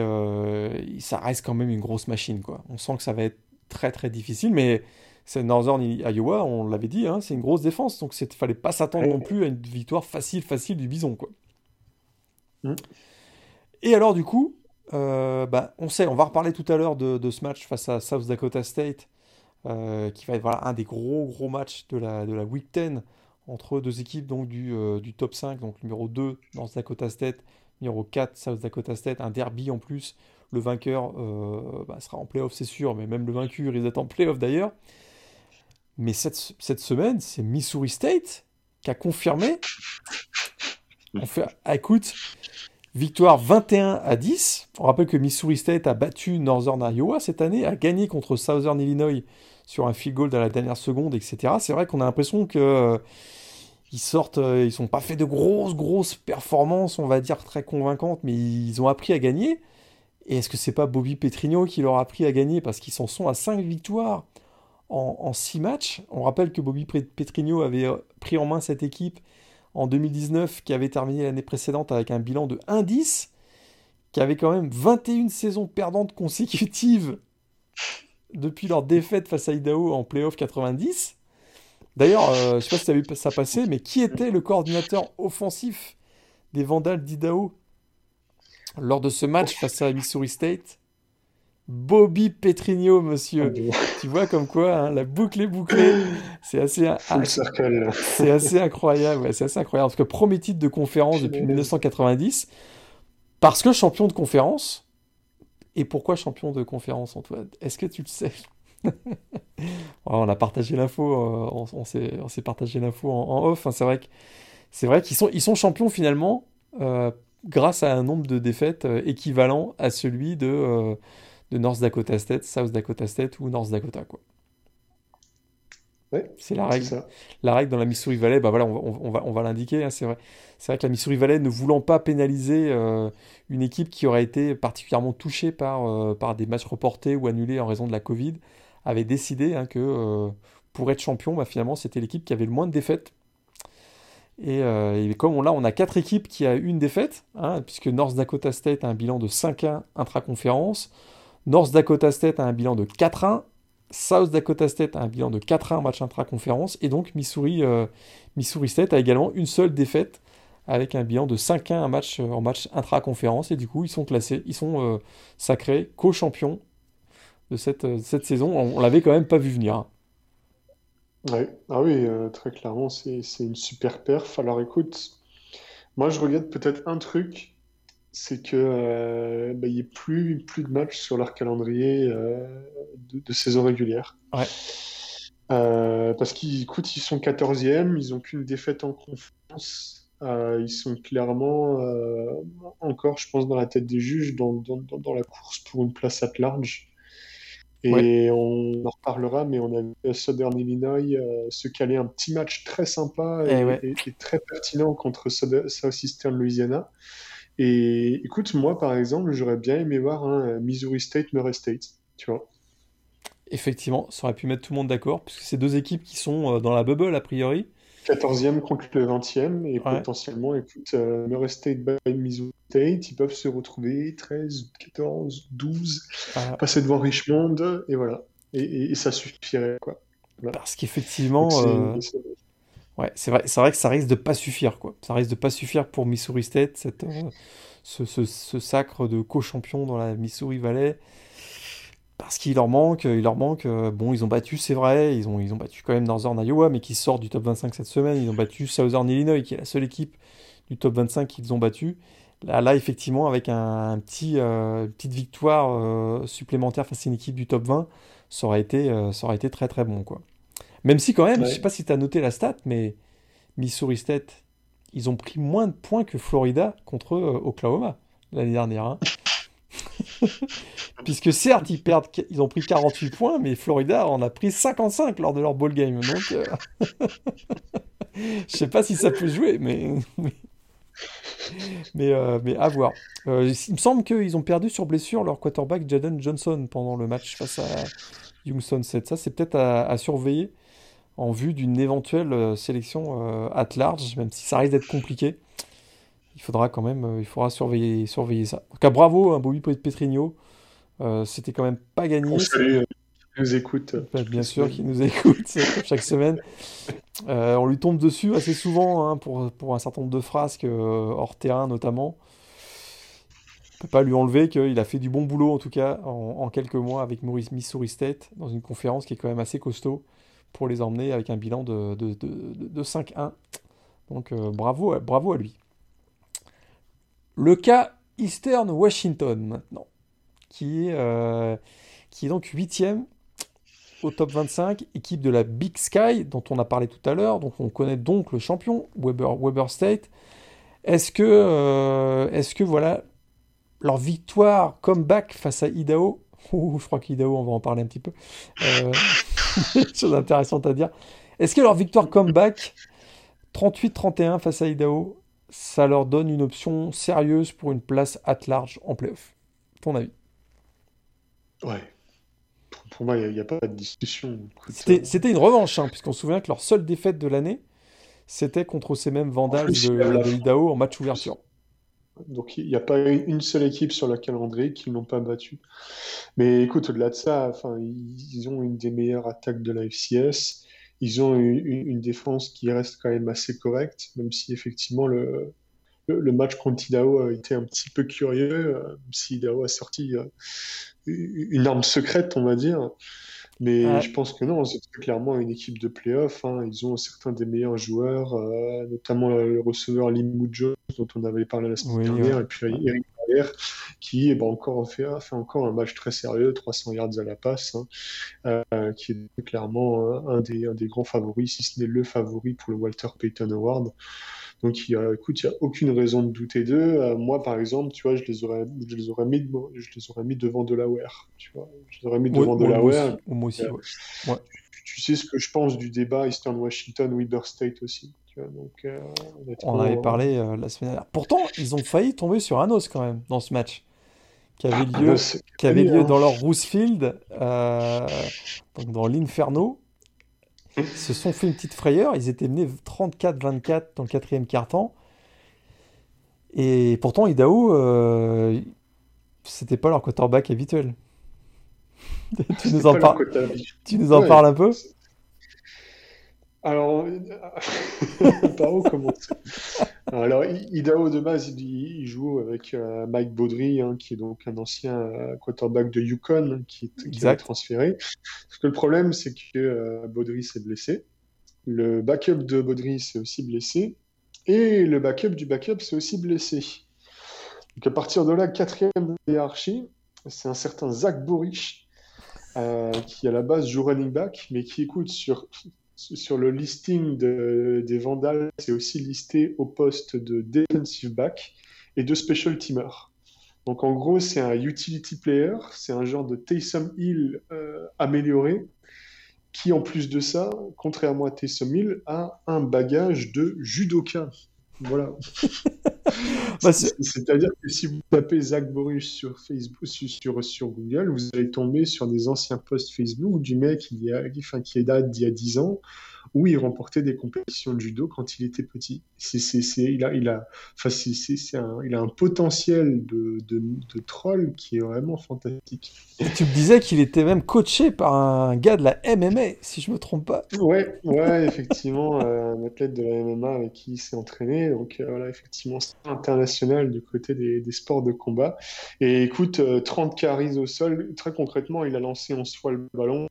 ça reste quand même une grosse machine, quoi. On sent que ça va être très très difficile, mais c'est Northern Iowa, on l'avait dit, hein, c'est une grosse défense, donc fallait pas s'attendre non Ouais. plus à une victoire facile du Bison, quoi. Mm. Et alors, du coup, on sait, on va reparler tout à l'heure de ce match face à South Dakota State, qui va être voilà, un des gros gros matchs de la Week 10 entre deux équipes donc, du top 5, donc numéro 2 North Dakota State, numéro 4 South Dakota State, un derby en plus. Le vainqueur sera en playoff, c'est sûr, mais même le vaincu risque d'être en playoff d'ailleurs. Mais cette semaine, c'est Missouri State qui a confirmé. Écoute, victoire 21-10. On rappelle que Missouri State a battu Northern Iowa cette année, a gagné contre Southern Illinois sur un field goal dans la dernière seconde, etc. C'est vrai qu'on a l'impression que ils sortent, ils sont pas fait de grosses performances, on va dire très convaincantes, mais ils ont appris à gagner. Et est-ce que c'est pas Bobby Petrino qui leur a appris à gagner parce qu'ils s'en sont à 5 victoires en 6 matchs? On rappelle que Bobby Petrino avait pris en main cette équipe en 2019, qui avait terminé l'année précédente avec un bilan de 1-10, qui avait quand même 21 saisons perdantes consécutives depuis leur défaite face à Idaho en playoff 90. D'ailleurs, je ne sais pas si tu as vu ça passer, mais qui était le coordinateur offensif des Vandals d'Idaho lors de ce match face à Missouri State? Bobby Petrino, monsieur. Tu vois comme quoi, hein, la boucle est bouclée. C'est assez, Full circle. c'est assez incroyable. Ouais, c'est assez incroyable. Parce que premier titre de conférence depuis 1990. Parce que champion de conférence. Et pourquoi champion de conférence, Antoine? Est-ce que tu le sais? Ouais, on a partagé l'info. On s'est partagé l'info en off, hein. C'est vrai qu'ils sont champions finalement grâce à un nombre de défaites équivalent à celui de North Dakota State, South Dakota State ou North Dakota, quoi. Ouais, C'est la c'est règle. ça. La règle dans la Missouri Valley, bah voilà, on va l'indiquer, hein, c'est vrai. C'est vrai que la Missouri Valley, ne voulant pas pénaliser une équipe qui aurait été particulièrement touchée par des matchs reportés ou annulés en raison de la Covid, avait décidé, hein, que pour être champion, bah, finalement, c'était l'équipe qui avait le moins de défaites. Et comme on a 4 équipes qui a une défaite, hein, puisque North Dakota State a un bilan de 5-1 intra-conférence, North Dakota State a un bilan de 4-1, South Dakota State a un bilan de 4-1 match intra-conférence, et donc Missouri State a également une seule défaite avec un bilan de 5-1 en match intra-conférence, et du coup ils sont classés, ils sont sacrés co-champions de cette saison. On l'avait quand même pas vu venir, hein. Ouais. Ah oui, très clairement, c'est une super perf. Alors écoute, moi je regrette peut-être un truc, c'est que il n'y ait plus de matchs sur leur calendrier de saison régulière. Ouais, Parce qu'ils sont 14e, ils n'ont qu'une défaite en conférence. Ils sont clairement encore, je pense, dans la tête des juges, dans la course pour une place at large. ouais, Et on en reparlera, mais on a vu Southern Illinois se caler un petit match très sympa ouais. et très pertinent contre Southeastern Louisiana. Et écoute, moi, par exemple, j'aurais bien aimé voir un Missouri State, Murray State, tu vois. Effectivement, ça aurait pu mettre tout le monde d'accord, puisque c'est deux équipes qui sont dans la bubble a priori. 14e contre le 20e, et Ouais. potentiellement, écoute, Murray State by Missouri State, ils peuvent se retrouver 13, 14, 12, Voilà. passer devant Richmond, et voilà. Et ça suffirait, quoi. Voilà. Parce Donc qu'effectivement, ouais, c'est vrai que ça risque de pas suffire, quoi. Ça risque de pas suffire pour Missouri State, ce sacre de co-champion dans la Missouri Valley. Parce qu'il leur manque. Bon, ils ont battu, c'est vrai, ils ont battu quand même Northern Iowa, mais qui sort du top 25 cette semaine. Ils ont battu Southern Illinois, qui est la seule équipe du top 25 qu'ils ont battu. Là, effectivement, avec une petite victoire supplémentaire face à une équipe du top 20, ça aurait été très très bon, quoi. Même si quand même, je sais ouais. pas si tu as noté la stat, mais Missouri State, ils ont pris moins de points que Florida contre Oklahoma l'année dernière, hein. Puisque certes, ils ont pris 48 points, mais Florida en a pris 55 lors de leur ball game. Donc, je sais pas si ça peut jouer, mais à voir. Il me semble qu'ils ont perdu sur blessure leur quarterback Jaden Johnson pendant le match face à Youngstown 7. Ça, c'est peut-être à surveiller en vue d'une éventuelle sélection at large, même si ça risque d'être compliqué. Il faudra surveiller ça. En tout cas, bravo, hein, Bobby Petrino. C'était quand même pas On gagné. salue qui nous écoute Bah, toutes les bien sûr semaines. qu'il nous écoute comme chaque semaine. On lui tombe dessus assez souvent, hein, pour un certain nombre de frasques hors terrain notamment. peut pas lui enlever qu'il a fait du bon boulot, en tout cas, en quelques mois avec Missouri State, dans une conférence qui est quand même assez costaud pour les emmener avec un bilan de 5-1. Donc bravo à lui. Le cas Eastern Washington maintenant, qui est donc huitième au top 25, équipe de la Big Sky, dont on a parlé tout à l'heure, donc on connaît donc le champion, Weber State. Est-ce que voilà, leur victoire comeback face à Idaho, je crois qu'Idaho, on va en parler un petit peu, euh, chose intéressante à dire. Est-ce que leur victoire comeback, 38-31 face à Idaho, ça leur donne une option sérieuse pour une place at large en playoff? Ton avis? Ouais. Pour moi, il n'y a pas de discussion. Écoute, C'était une revanche, hein, puisqu'on se souvient que leur seule défaite de l'année, c'était contre ces mêmes en Vandals plus, il y a la de Idaho en match France. ouverture. Donc, il n'y a pas une seule équipe sur le calendrier qui ne l'ont pas battu. Mais écoute, au-delà de ça, enfin, ils ont une des meilleures attaques de la FCS. Ils ont une défense qui reste quand même assez correcte, même si effectivement le match contre Idaho a été un petit peu curieux, même si Idaho a sorti une arme secrète, on va dire. Mais Ouais, je pense que non, c'est très clairement une équipe de playoff, hein. Ils ont certains des meilleurs joueurs, notamment le receveur Limou Jones, dont on avait parlé la semaine oui, ouais. dernière, et puis Ouais. Eric Barrière, qui eh ben, a fait encore un match très sérieux, 300 yards à la passe, hein, qui est clairement un des grands favoris, si ce n'est le favori pour le Walter Payton Award. Donc, écoute, il n'y a aucune raison de douter d'eux. Moi, par exemple, tu vois, je les aurais mis devant Delaware. Tu vois, je les aurais mis devant Moi Delaware. aussi, moi aussi, ouais. Ouais. Tu sais ce que je pense du débat Eastern Washington, Weber State aussi. Tu vois, donc, On en avait honnêtement, parlé la semaine dernière. Pourtant, ils ont failli tomber sur un os quand même dans ce match, qui avait là, lieu, c'est qui avait gagné, lieu hein. dans leur Roose Field, donc dans l'Inferno. Ils se sont fait une petite frayeur. Ils étaient menés 34-24 dans le quatrième quart-temps. Et pourtant, Idaho, c'était pas leur quarterback habituel. Tu nous C'était en pas leur parles, quota. tu nous en Ouais. parles un peu? Alors, par où commencer? Alors, Idaho de base, il joue avec Mike Baudry, hein, qui est donc un ancien quarterback de Yukon qui avait Exact. transféré. Parce que le problème, c'est que Baudry s'est blessé. Le backup de Baudry s'est aussi blessé. Et le backup du backup s'est aussi blessé. Donc, à partir de là, quatrième de la hiérarchie, c'est un certain Zach Borish, qui à la base joue running back, mais qui écoute sur le listing des Vandals, c'est aussi listé au poste de defensive back et de special teamer. Donc en gros, c'est un utility player, c'est un genre de Taysom Hill amélioré, qui en plus de ça, contrairement à Taysom Hill, a un bagage de judoka. Voilà. Bah, c'est- C'est-à-dire que si vous tapez Zach Boruch sur Facebook, sur Google, vous allez tomber sur des anciens posts Facebook du mec enfin, qui date d'il y a 10 ans, où il remportait des compétitions de judo quand il était petit. Enfin, il a un potentiel de troll qui est vraiment fantastique. Et tu me disais qu'il était même coaché par un gars de la MMA, si je me trompe pas. Ouais, ouais, effectivement, un athlète de la MMA avec qui il s'est entraîné. Donc voilà, effectivement, c'est international du côté des sports de combat. Et écoute, 30 carries au sol, très concrètement, il a lancé 11 fois le ballon,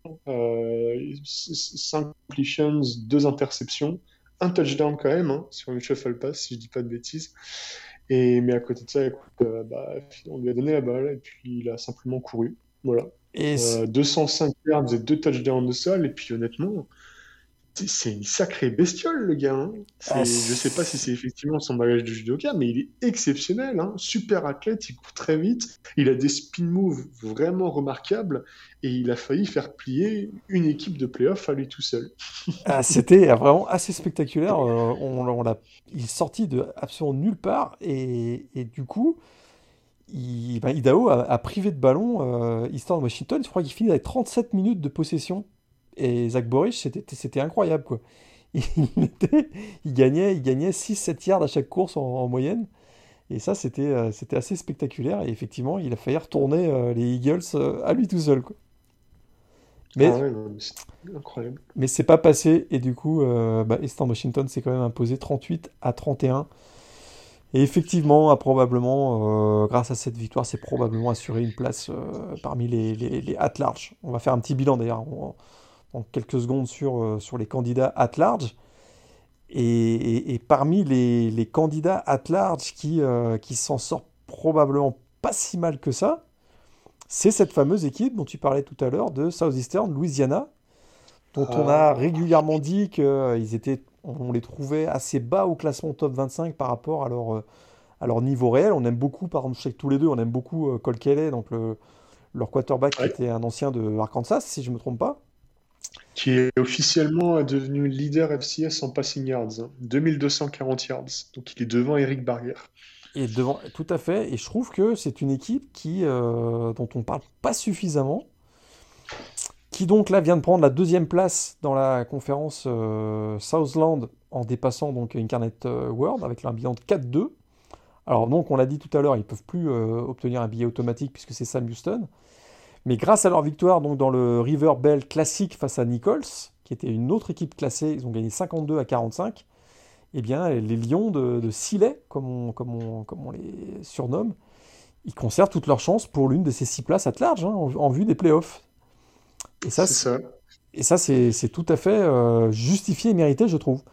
5 completions, 2 interceptions, un touchdown quand même, hein, sur une shuffle pass, si je dis pas de bêtises. Mais à côté de ça, écoute, bah, on lui a donné la balle et puis il a simplement couru. Voilà. Et 205 yards et 2 touchdowns au sol. Et puis honnêtement, c'est une sacrée bestiole, le gars, hein. ah, Je sais pas si c'est effectivement son bagage de judoka, mais il est exceptionnel, hein. Super athlète, il court très vite, il a des spin moves vraiment remarquables, et il a failli faire plier une équipe de playoff à lui tout seul. c'était vraiment assez spectaculaire. Il est sorti de absolument nulle part. Et du coup, Idaho a privé de ballon Eastern Washington. Je crois qu'il finit avec 37 minutes de possession. Et Zach Borish, c'était incroyable, quoi. Il, était- il gagnait 6-7 yards à chaque course en moyenne. Et ça, c'était assez spectaculaire. Et effectivement, il a failli retourner les Eagles à lui tout seul, quoi. Ah Mais, ouais, non, mais c'est incroyable. mais c'est pas passé. Et du coup, Eastern Washington s'est quand même imposé 38-31. Et effectivement, grâce à cette victoire, c'est probablement assuré une place parmi les at large. On va faire un petit bilan d'ailleurs en quelques secondes sur les candidats at large. Et parmi les candidats at large qui s'en sortent probablement pas si mal que ça, c'est cette fameuse équipe dont tu parlais tout à l'heure de Southeastern Louisiana, dont on a Ah, régulièrement dit on les trouvait assez bas au classement top 25 par rapport à leur niveau réel. On aime beaucoup, par exemple, je sais que tous les deux, on aime beaucoup Cole Kelly, donc leur quarterback qui ouais. était un ancien de Arkansas, si je ne me trompe pas. Qui est officiellement devenu leader FCS en passing yards, hein. 2240 yards. Donc il est devant Eric Barrière. Et devant, tout à fait. Et je trouve que c'est une équipe dont on parle pas suffisamment, qui donc là vient de prendre la deuxième place dans la conférence Southland en dépassant donc Incarnate World avec un bilan de 4-2. Alors donc on l'a dit tout à l'heure, ils peuvent plus obtenir un billet automatique puisque c'est Sam Houston. Mais grâce à leur victoire donc dans le River Bell Classic face à Nichols, qui était une autre équipe classée, ils ont gagné 52-45. Eh bien, les Lions de Sillet, comme on les surnomme, ils conservent toutes leurs chances pour l'une de ces 6 places at large, hein, en vue des playoffs. Et ça, C'est c'est, ça. et ça, c'est tout à fait justifié et mérité, je trouve.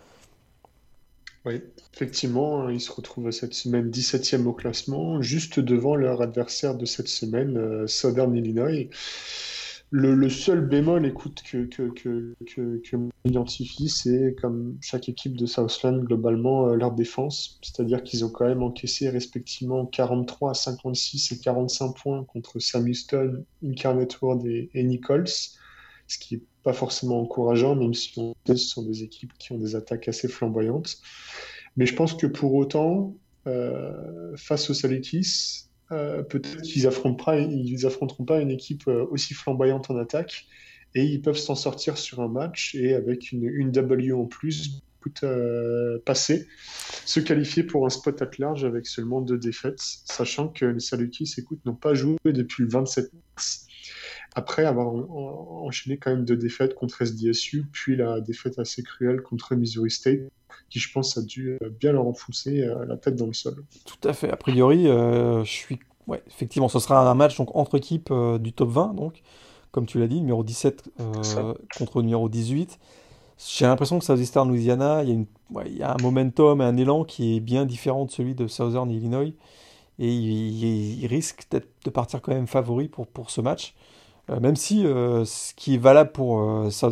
Oui, effectivement, hein, ils se retrouvent cette semaine 17e au classement, juste devant leur adversaire de cette semaine, Southern Illinois. Le seul bémol, écoute, que on identifie, c'est comme chaque équipe de Southland, globalement, leur défense. C'est-à-dire qu'ils ont quand même encaissé respectivement 43 à 56 et 45 points contre Sam Houston, Incarnate Word et Nichols, ce qui est pas forcément encourageant, même si on sait que ce sont des équipes qui ont des attaques assez flamboyantes. Mais je pense que pour autant, face aux Salekis, peut-être qu'ils affronteront pas une équipe aussi flamboyante en attaque et ils peuvent s'en sortir sur un match et avec une W en plus, passer, se qualifier pour un spot at large avec seulement 2 défaites, sachant que les Salukis, écoute, n'ont pas joué depuis le 27 mars, après avoir enchaîné quand même 2 défaites contre SDSU, puis la défaite assez cruelle contre Missouri State, qui je pense a dû bien leur enfoncer la tête dans le sol. Tout à fait. A priori, ouais, effectivement, ce sera un match donc, entre équipes du top 20, donc, comme tu l'as dit, numéro 17 C'est ça. contre numéro 18. J'ai l'impression que Southeastern Louisiana, ouais, il y a un momentum et un élan qui est bien différent de celui de Southern Illinois. Et il risque peut-être de partir quand même favori pour ce match. Même si ce qui est valable pour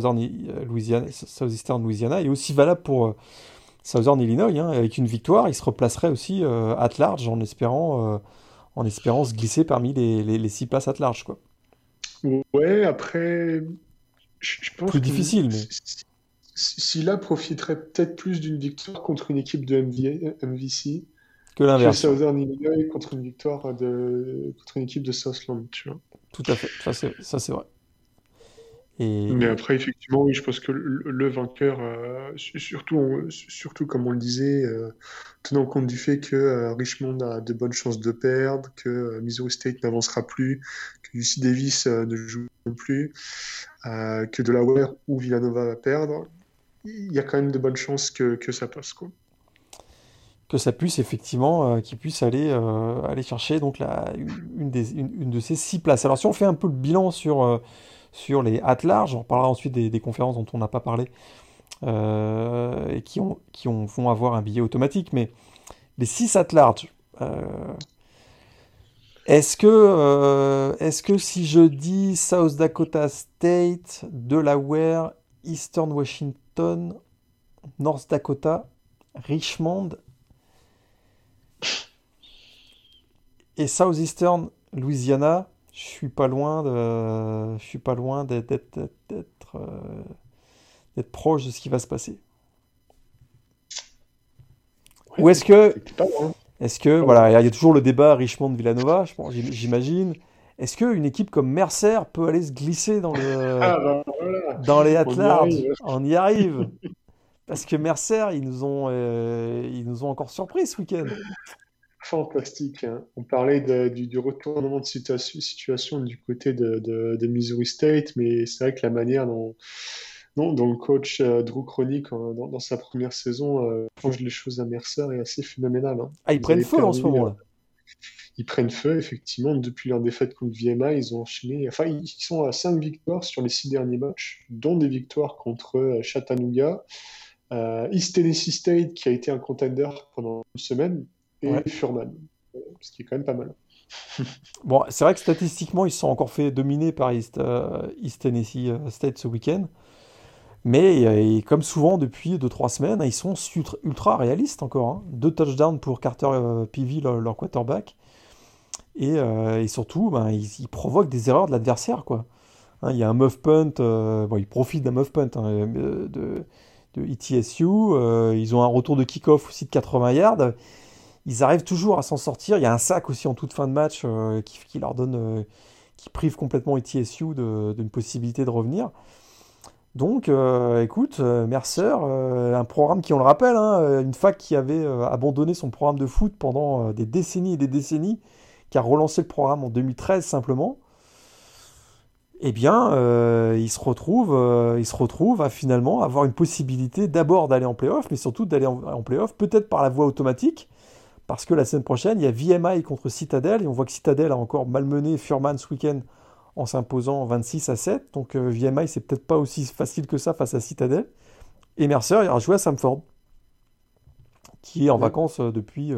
Southeastern Louisiana est aussi valable pour Southern Illinois, hein. Avec une victoire, il se replacerait aussi at large en espérant se glisser parmi les 6 places at large, quoi. Ouais, après, je pense Plus que difficile, mais Silla profiterait peut-être plus d'une victoire contre une équipe de MVC que que l'inverse, ouais. Southern Illinois contre une victoire contre une équipe de Southland, tu vois. Tout à fait. Ça, c'est vrai. Mais Et après, effectivement, oui, je pense que le vainqueur, surtout comme on le disait, tenant compte du fait que Richmond a de bonnes chances de perdre, que Missouri State n'avancera plus, que UC Davis ne joue plus, que Delaware ou Villanova va perdre, il y a quand même de bonnes chances que ça passe, quoi. que ça puisse effectivement, qu'ils puissent aller chercher donc une de ces 6 places. Alors si on fait un peu le bilan sur les at large, on reparlera ensuite des conférences dont on n'a pas parlé et vont avoir un billet automatique, mais les 6 at large, euh, est-ce que si je dis South Dakota State, Delaware, Eastern Washington, North Dakota, Richmond et Southeastern Louisiana, je suis pas loin d'être proche de ce qui va se passer. Ouais, Ou t'es pas loin. Pas voilà, loin. il y a toujours le débat Richmond-Villanova, j'imagine. Est-ce qu'une équipe comme Mercer peut aller se glisser Ah bah voilà, dans les at on y large? arrive. On y arrive. Parce que Mercer, ils nous ont encore surpris ce week-end. Fantastique, hein. On parlait du retournement de situation du côté de Missouri State, mais c'est vrai que la manière Non, dont le coach Drew Cronick, dans sa première saison, change les choses à Mercer est assez phénoménal, hein. Ah, ils Ils prennent avaient feu en perdu, ce moment-là. ils prennent feu, effectivement, depuis leur défaite contre VMA, ils ont enchaîné, enfin, ils sont à 5 victoires sur les 6 derniers matchs, dont des victoires contre Chattanooga, East Tennessee State, qui a été un contender pendant une semaine, Ouais. et Furman, ce qui est quand même pas mal. Bon, c'est vrai que statistiquement, ils se sont encore fait dominer par East Tennessee State ce week-end. Mais et comme souvent depuis 2 3 semaines, ils sont ultra réalistes encore, hein. 2 touchdowns pour Carter Peavy, leur quarterback. Et surtout, ben, ils provoquent des erreurs de l'adversaire, quoi. Hein, il y a un muff punt, bon, ils profitent d'un muff punt, hein, de ETSU. Ils ont un retour de kick-off aussi de 80 yards. Ils arrivent toujours à s'en sortir. Il y a un sac aussi en toute fin de match qui leur donne, qui prive complètement ETSU d'une possibilité de revenir. Donc, écoute, Mercer, un programme qui, on le rappelle, hein, une fac qui avait abandonné son programme de foot pendant des décennies et des décennies, qui a relancé le programme en 2013 simplement. Eh bien, il se retrouve à finalement avoir une possibilité d'abord d'aller en playoff, mais surtout d'aller en playoff, peut-être par la voie automatique, parce que la semaine prochaine, il y a VMI contre Citadel, et on voit que Citadel a encore malmené Furman ce week-end en s'imposant 26-7. Donc VMI, c'est peut-être pas aussi facile que ça face à Citadel. Et Mercer ira jouer à Samford, qui est en Ouais. vacances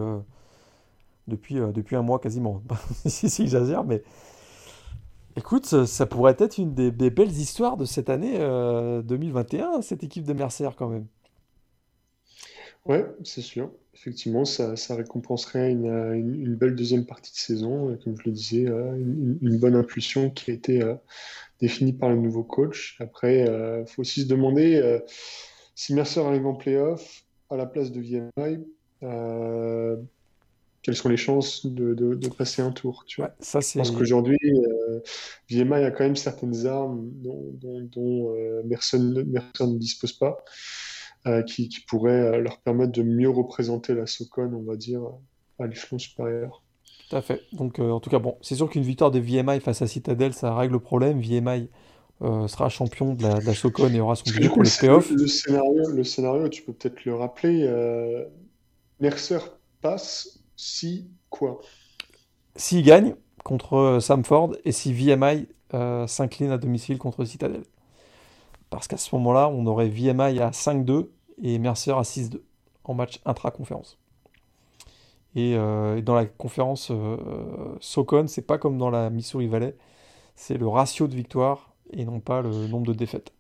depuis un mois quasiment. Si j'exagère, mais écoute, ça pourrait être une des belles histoires de cette année 2021, cette équipe de Mercer quand même. Ouais, c'est sûr. Effectivement, ça récompenserait une belle deuxième partie de saison. Et comme je le disais, une bonne impulsion qui a été définie par le nouveau coach. Après, il faut aussi se demander si Mercer arrive en playoff à la place de VMI, euh, quelles sont les chances de passer un tour, tu Ouais, vois. ça Je pense c'est. qu'aujourd'hui, VMI a quand même certaines armes dont Mercer ne dispose pas qui pourrait leur permettre de mieux représenter la Socon, on va dire, à l'échelon supérieur. Tout à fait. Donc, en tout cas, bon, c'est sûr qu'une victoire de VMI face à Citadel, ça règle le problème. VMI sera champion de la Socon et aura son Parce que du billet coup, pour les playoffs. le scénario, tu peux peut-être le rappeler, Mercer passe si quoi? S'il gagne contre Samford et si VMI s'incline à domicile contre Citadel. Parce qu'à ce moment-là, on aurait VMI à 5-2 et Mercer à 6-2 en match intra-conférence. Et dans la conférence Socon, c'est pas comme dans la Missouri Valley, c'est le ratio de victoires et non pas le nombre de défaites.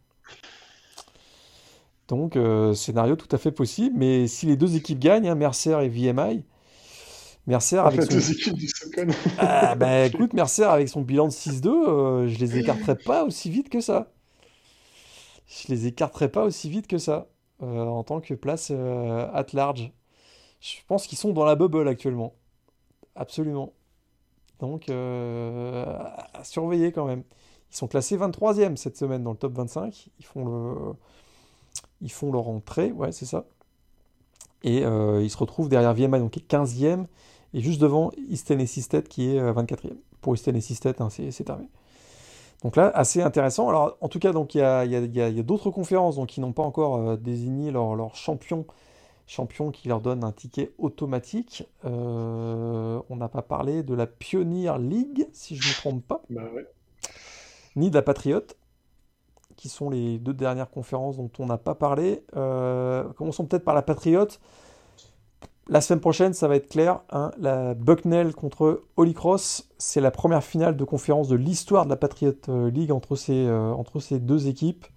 Donc, scénario tout à fait possible, mais si les deux équipes gagnent, hein, Mercer et VMI, Mercer avec Enfin, son. deux équipes du Socon. Ah, bah Ok. écoute, Mercer avec son bilan de 6-2, je les écarterai pas aussi vite que ça. Je les écarterai pas aussi vite que ça, en tant que place at large. Je pense qu'ils sont dans la bubble actuellement. Absolument. Donc, à surveiller quand même. Ils sont classés 23e cette semaine dans le top 25. Ils font leur entrée, ouais, c'est ça. Et ils se retrouvent derrière VMI, donc qui est 15e, et juste devant East Tennessee State qui est 24e. Pour East Tennessee State, hein, c'est terminé. Donc là, assez intéressant. Alors, en tout cas, donc, il y a d'autres conférences donc, qui n'ont pas encore désigné leur champion qui leur donne un ticket automatique. On n'a pas parlé de la Pioneer League, si je ne me trompe pas, Bah ouais. ni de la Patriot, qui sont les deux dernières conférences dont on n'a pas parlé. Commençons peut-être par la Patriot. La semaine prochaine, ça va être clair, hein, la Bucknell contre Holy Cross, c'est la première finale de conférence de l'histoire de la Patriot League entre ces deux équipes.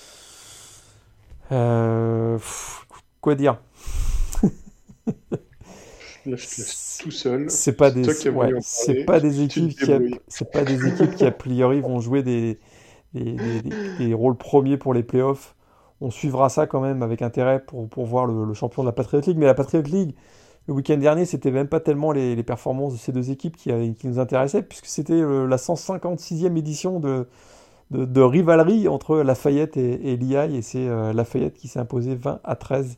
Quoi dire? Là, je te laisse tout seul. C'est pas C'est des, toi qui as ouais, voulu en c'est parler. pas des Tu équipes te débrouilles. c'est pas des équipes qui a priori vont jouer des rôles premiers pour les playoffs. On suivra ça quand même avec intérêt pour voir le champion de la Patriot League. Mais la Patriot League, le week-end dernier, c'était même pas tellement les performances de ces deux équipes qui nous intéressaient, puisque c'était la 156e édition de rivalerie entre Lafayette et Lehigh, et c'est Lafayette qui s'est imposé 20-13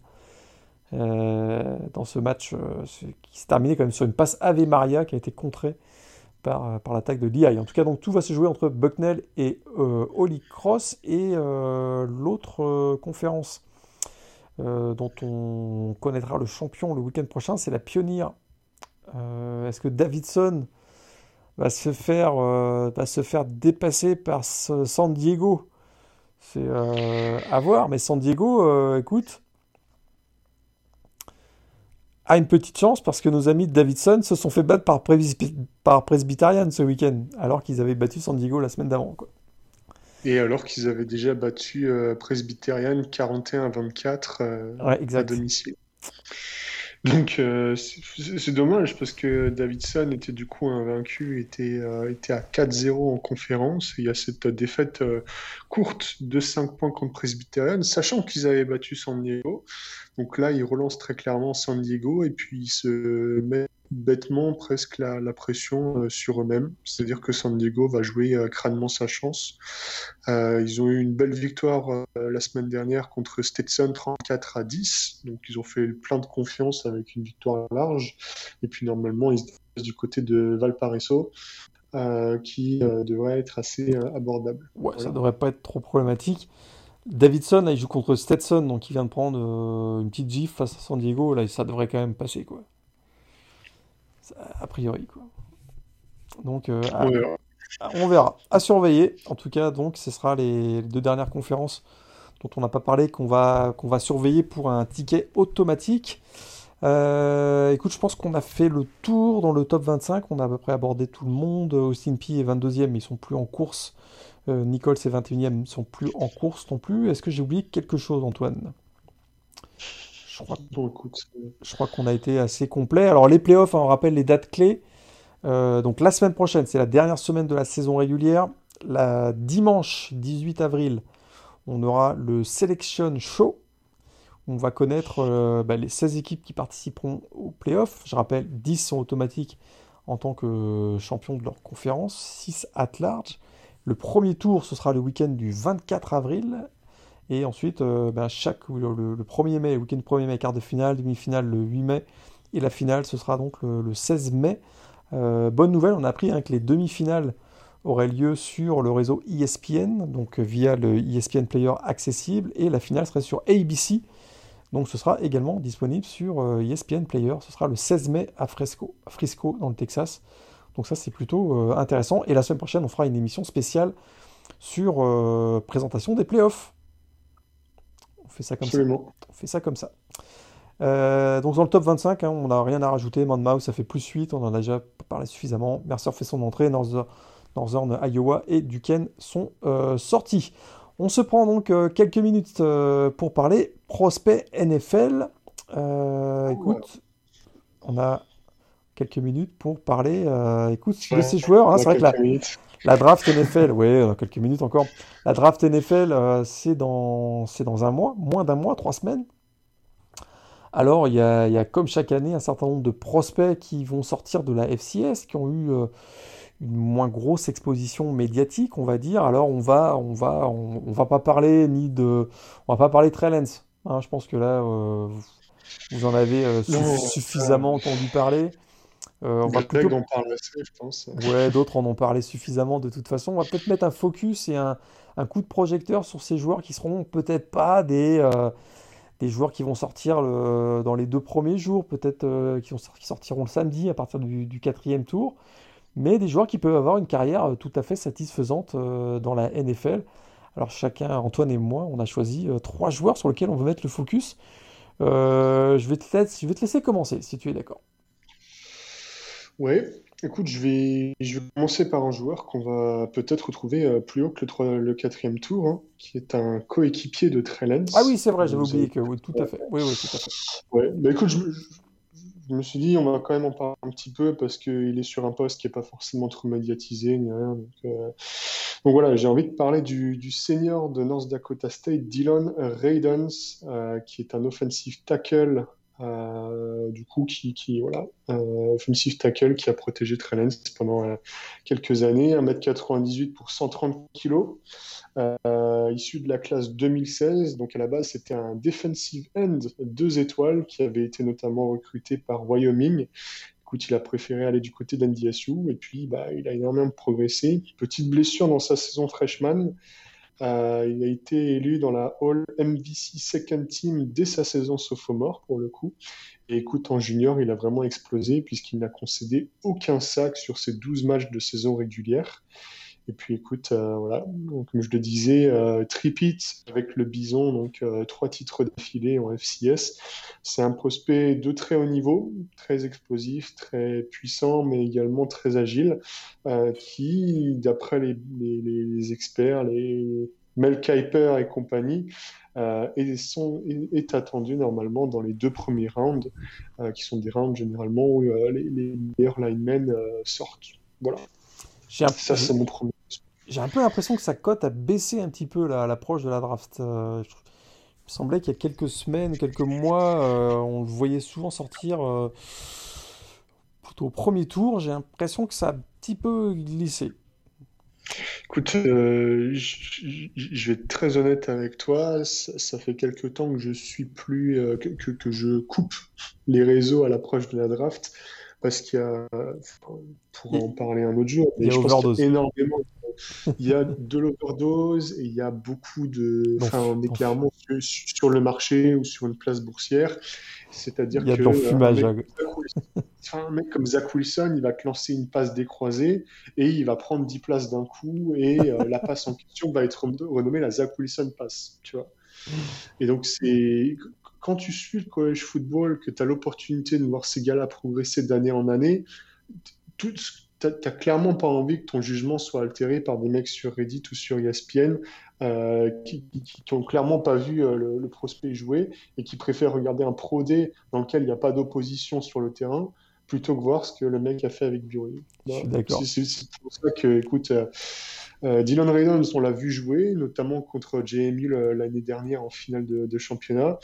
dans ce match qui s'est terminé quand même sur une passe Ave Maria qui a été contrée par l'attaque de Lehigh. En tout cas, donc tout va se jouer entre Bucknell et Holy Cross et l'autre conférence dont on connaîtra le champion le week-end prochain, c'est la Pioneer. Est-ce que Davidson va se faire dépasser par San Diego? C'est à voir, mais San Diego, écoute, a une petite chance parce que nos amis de Davidson se sont fait battre par Presbyterian ce week-end, alors qu'ils avaient battu San Diego la semaine d'avant, quoi. Et alors qu'ils avaient déjà battu Presbyterian 41-24 Ouais, à exact. domicile. Donc c'est dommage parce que Davidson était du coup invaincu, était à 4-0 en conférence. Il y a cette défaite courte de 5 points contre Presbyterian, sachant qu'ils avaient battu San Diego. Donc là, ils relancent très clairement San Diego et puis ils se mettent bêtement presque la pression sur eux-mêmes. C'est-à-dire que San Diego va jouer crânement sa chance. Ils ont eu une belle victoire la semaine dernière contre Stetson 34-10. Donc ils ont fait plein de confiance avec une victoire large. Et puis normalement, ils se déplacent du côté de Valparaiso, qui devrait être assez abordable. Ouais, ça Voilà. devrait pas être trop problématique. Davidson, là, il joue contre Stetson, donc il vient de prendre une petite gifle face à San Diego. Là, ça devrait quand même passer, quoi. A priori, quoi. Donc, On verra. on verra. À surveiller. En tout cas, donc, ce sera les deux dernières conférences dont on n'a pas parlé qu'on va surveiller pour un ticket automatique. Écoute, je pense qu'on a fait le tour dans le top 25. On a à peu près abordé tout le monde. Austin Peay est 22e, mais ils sont plus en course. Nichols est 21e, ils ne sont plus en course non plus. Est-ce que j'ai oublié quelque chose, Antoine? Je crois, Bon, écoute, je crois qu'on a été assez complet. Alors, les playoffs, hein, on rappelle les dates clés. Donc, la semaine prochaine, c'est la dernière semaine de la saison régulière. Dimanche 18 avril, on aura le Selection Show. On va connaître les 16 équipes qui participeront aux playoffs. Je rappelle, 10 sont automatiques en tant que champions de leur conférence, 6 at large. Le premier tour, ce sera le week-end du 24 avril. Et ensuite, le 1er mai, le week-end du 1er mai, quart de finale, demi-finale le 8 mai. Et la finale, ce sera donc le 16 mai. Bonne nouvelle, on a appris, hein, que les demi-finales auraient lieu sur le réseau ESPN, donc via le ESPN Player accessible. Et la finale serait sur ABC. Donc ce sera également disponible sur ESPN Player. Ce sera le 16 mai à Frisco, dans le Texas. Donc ça, c'est plutôt intéressant. Et la semaine prochaine, on fera une émission spéciale sur présentation des playoffs. On fait ça comme ça. absolument. On fait ça comme ça. Donc dans le top 25, hein, on n'a rien à rajouter. Monmouth, ça fait +8. On en a déjà parlé suffisamment. Mercer fait son entrée. Northern Iowa et Duquesne sont sortis. On se prend donc quelques minutes pour parler prospect NFL. Ouais, Écoute, on a quelques minutes pour parler écoute, de ouais, ces joueurs, hein. dans C'est vrai que quelques minutes. la draft NFL, ouais, quelques minutes encore. La draft NFL, c'est dans un mois, moins d'un mois, 3 semaines. Alors, il y a comme chaque année un certain nombre de prospects qui vont sortir de la FCS, qui ont eu une moins grosse exposition médiatique, on va dire. Alors, on va pas parler on va pas parler Trey Lance, hein. Je pense que là, vous en avez Non, ça, suffisamment entendu parler. On va Greg plutôt, en parle assez, je pense. ouais, d'autres en ont parlé suffisamment de toute façon. On va peut-être mettre un focus et un coup de projecteur sur ces joueurs qui seront peut-être pas des joueurs qui vont sortir dans les 2 premiers jours, peut-être qui sortiront le samedi à partir du quatrième tour, mais des joueurs qui peuvent avoir une carrière tout à fait satisfaisante dans la NFL. Alors chacun, Antoine et moi, on a choisi 3 joueurs sur lesquels on veut mettre le focus. Je vais te laisser commencer, si tu es d'accord. Ouais, écoute, je vais commencer par un joueur qu'on va peut-être retrouver plus haut que le quatrième tour, hein, qui est un coéquipier de Trey Ah oui, Lance. c'est vrai, j'avais Vous oublié avez... que oui, tout à fait. Oui, oui, tout à fait. Ouais, bah écoute, je me suis dit, on va quand même en parler un petit peu parce qu'il est sur un poste qui n'est pas forcément trop médiatisé ni rien. Donc voilà, j'ai envie de parler du senior de North Dakota State, Dylan Radens, qui est un offensive tackle, du coup, voilà, offensive tackle qui a protégé Trey Lance pendant quelques années, 1m98 pour 130 kilos, issu de la classe 2016. Donc à la base, c'était un defensive end 2 étoiles qui avait été notamment recruté par Wyoming. écoute, il a préféré aller du côté d'NDSU et puis il a énormément progressé. Petite blessure dans sa saison freshman. Il a été élu dans la All MVC Second Team dès sa saison sophomore, pour le coup. Et écoute, en junior, il a vraiment explosé puisqu'il n'a concédé aucun sac sur ses 12 matchs de saison régulière. Et puis écoute, voilà, donc, comme je le disais, tripit avec le Bison, donc 3 titres d'affilée en FCS. C'est un prospect de très haut niveau, très explosif, très puissant, mais également très agile, qui, d'après les experts, les Mel Kiper et compagnie, est attendu normalement dans les 2 premiers rounds, qui sont des rounds généralement où les meilleurs linemen sortent. Voilà, J'ai un, ça c'est mon premier. j'ai un peu l'impression que sa cote a baissé un petit peu là, à l'approche de la draft. Il me semblait qu'il y a quelques semaines, quelques mois, on le voyait souvent sortir plutôt au premier tour. J'ai l'impression que ça a un petit peu glissé. Écoute, je vais être très honnête avec toi. Ça fait quelque temps que je suis plus que je coupe les réseaux à l'approche de la draft parce qu'il y a, pour Il en parler un autre jour, il y mais a je pense qu'il y a overdose. énormément. Il y a de l'overdose et il y a beaucoup de. D'enf- Enfin, on est d'enf- clairement sur le marché ou sur une place boursière. Il C'est-à-dire y a de que l'enfumage. un mec comme Zach Wilson, il va te lancer une passe décroisée et il va prendre 10 places d'un coup et la passe en question va être renommée la Zach Wilson pass, tu vois. Et donc, quand tu suis le college football, que tu as l'opportunité de voir ces gars-là progresser d'année en année, tu n'as clairement pas envie que ton jugement soit altéré par des mecs sur Reddit ou sur ESPN qui ont clairement pas vu le prospect jouer et qui préfèrent regarder un pro day dans lequel il n'y a pas d'opposition sur le terrain plutôt que voir ce que le mec a fait avec Bury. Je Voilà. suis Donc, d'accord. c'est pour ça que, écoute, Dylan Reynolds, on l'a vu jouer, notamment contre JMU l'année dernière en finale de championnat.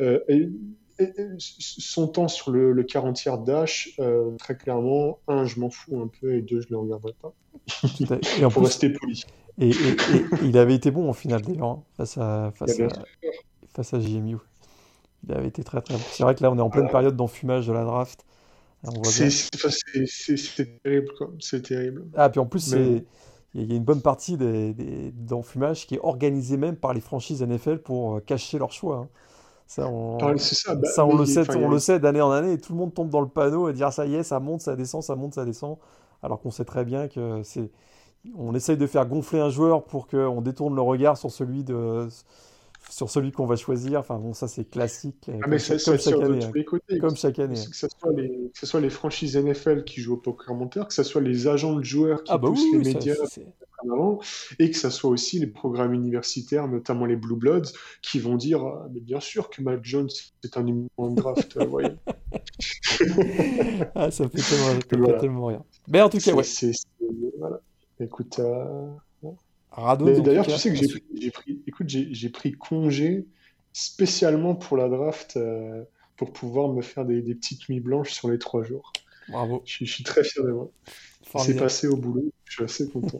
Son temps sur le 40 yards dash, très clairement, un, je m'en fous un peu, et deux, je ne le regarderai pas. Et en Faut plus, rester poli. et il avait été bon en finale d'ailleurs, hein, Il y a bien sûr. face à JMU. Il avait été très très bon. C'est vrai que là, on est en pleine période d'enfumage de la draft. On voit bien. Enfin, c'est terrible, quoi. C'est terrible. Ah, puis en plus, Mais bon. il y a une bonne partie d'enfumage qui est organisée même par les franchises NFL pour cacher leur choix, hein. Ça, C'est ça. ça, Mais enfin, on le sait d'année en année et tout le monde tombe dans le panneau et dire ça y est, ça monte, ça descend, ça monte, ça descend. Alors qu'on sait très bien que on essaye de faire gonfler un joueur pour qu'on détourne le regard sur celui qu'on va choisir. Enfin bon, ça c'est classique, Mais ça comme chaque tire de année, hein. tous les côtés. Comme chaque année, hein. Que ce soit les franchises NFL qui jouent au poker menteur, que ce soit les agents de joueurs Ah qui bah oui, poussent les oui, médias en avant, et que ce soit aussi les programmes universitaires, notamment les Blue Bloods, qui vont dire ah, mais bien sûr que Mac Jones c'est un numéro en draft, voyons. Ah, ça me fait Voilà. tellement rire. Mais en tout cas, ouais. Voilà. Écoute, Radones, mais en tout d'ailleurs, tu cas, sais que à suivre. écoute, j'ai pris congé spécialement pour la draft pour pouvoir me faire des petites nuits blanches sur les 3 jours. Bravo. Je suis très fier de moi. C'est Formidable. passé au boulot, je suis assez content.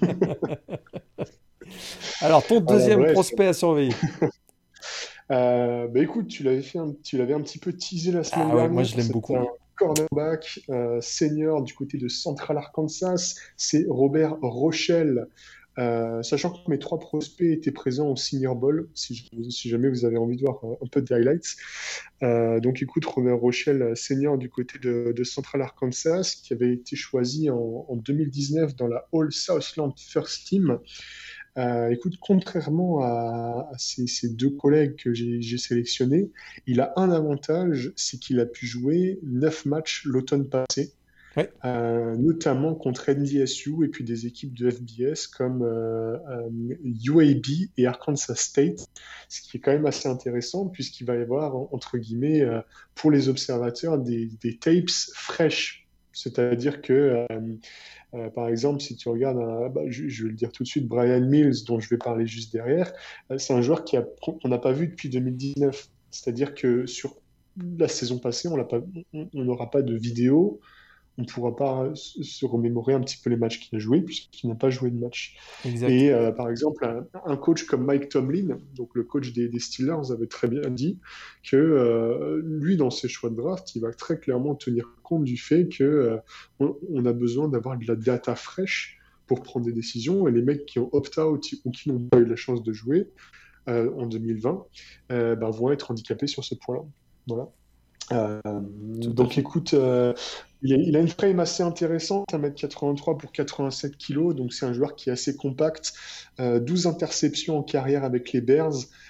Alors, ton Voilà, deuxième bref. prospect à surveiller. Écoute, tu l'avais un petit peu teasé la semaine Ah ouais, moi dernière. je l'aime C'est beaucoup. un cornerback senior du côté de Central Arkansas. C'est Robert Rochelle. Sachant que mes 3 prospects étaient présents au Senior Bowl, si jamais vous avez envie de voir un peu de highlights. Donc écoute, Robert Rochelle, senior du côté de Central Arkansas, qui avait été choisi en 2019 dans la All Southland First Team. Écoute, contrairement à ses 2 collègues que j'ai sélectionnés, il a un avantage, c'est qu'il a pu jouer 9 matchs l'automne passé, Ouais. notamment contre NDSU et puis des équipes de FBS comme UAB et Arkansas State, ce qui est quand même assez intéressant puisqu'il va y avoir, entre guillemets, pour les observateurs, des tapes fraîches. C'est-à-dire que par exemple, si tu regardes, je vais le dire tout de suite, Brian Mills, dont je vais parler juste derrière, c'est un joueur qu'on n'a pas vu depuis 2019. C'est-à-dire que sur la saison passée, on n'aura pas de vidéo, on ne pourra pas se remémorer un petit peu les matchs qu'il a joués, puisqu'il n'a pas joué de match. Exact. Et par exemple, un coach comme Mike Tomlin, donc le coach des Steelers, avait très bien dit que lui, dans ses choix de draft, il va très clairement tenir compte du fait que on a besoin d'avoir de la data fraîche pour prendre des décisions. Et les mecs qui ont opt-out ou qui n'ont pas eu la chance de jouer en 2020 vont être handicapés sur ce point-là. Voilà. Tout à Donc fait. écoute, il a une frame assez intéressante, 1m83 pour 87 kilos, donc c'est un joueur qui est assez compact. 12 interceptions en carrière avec les Bears.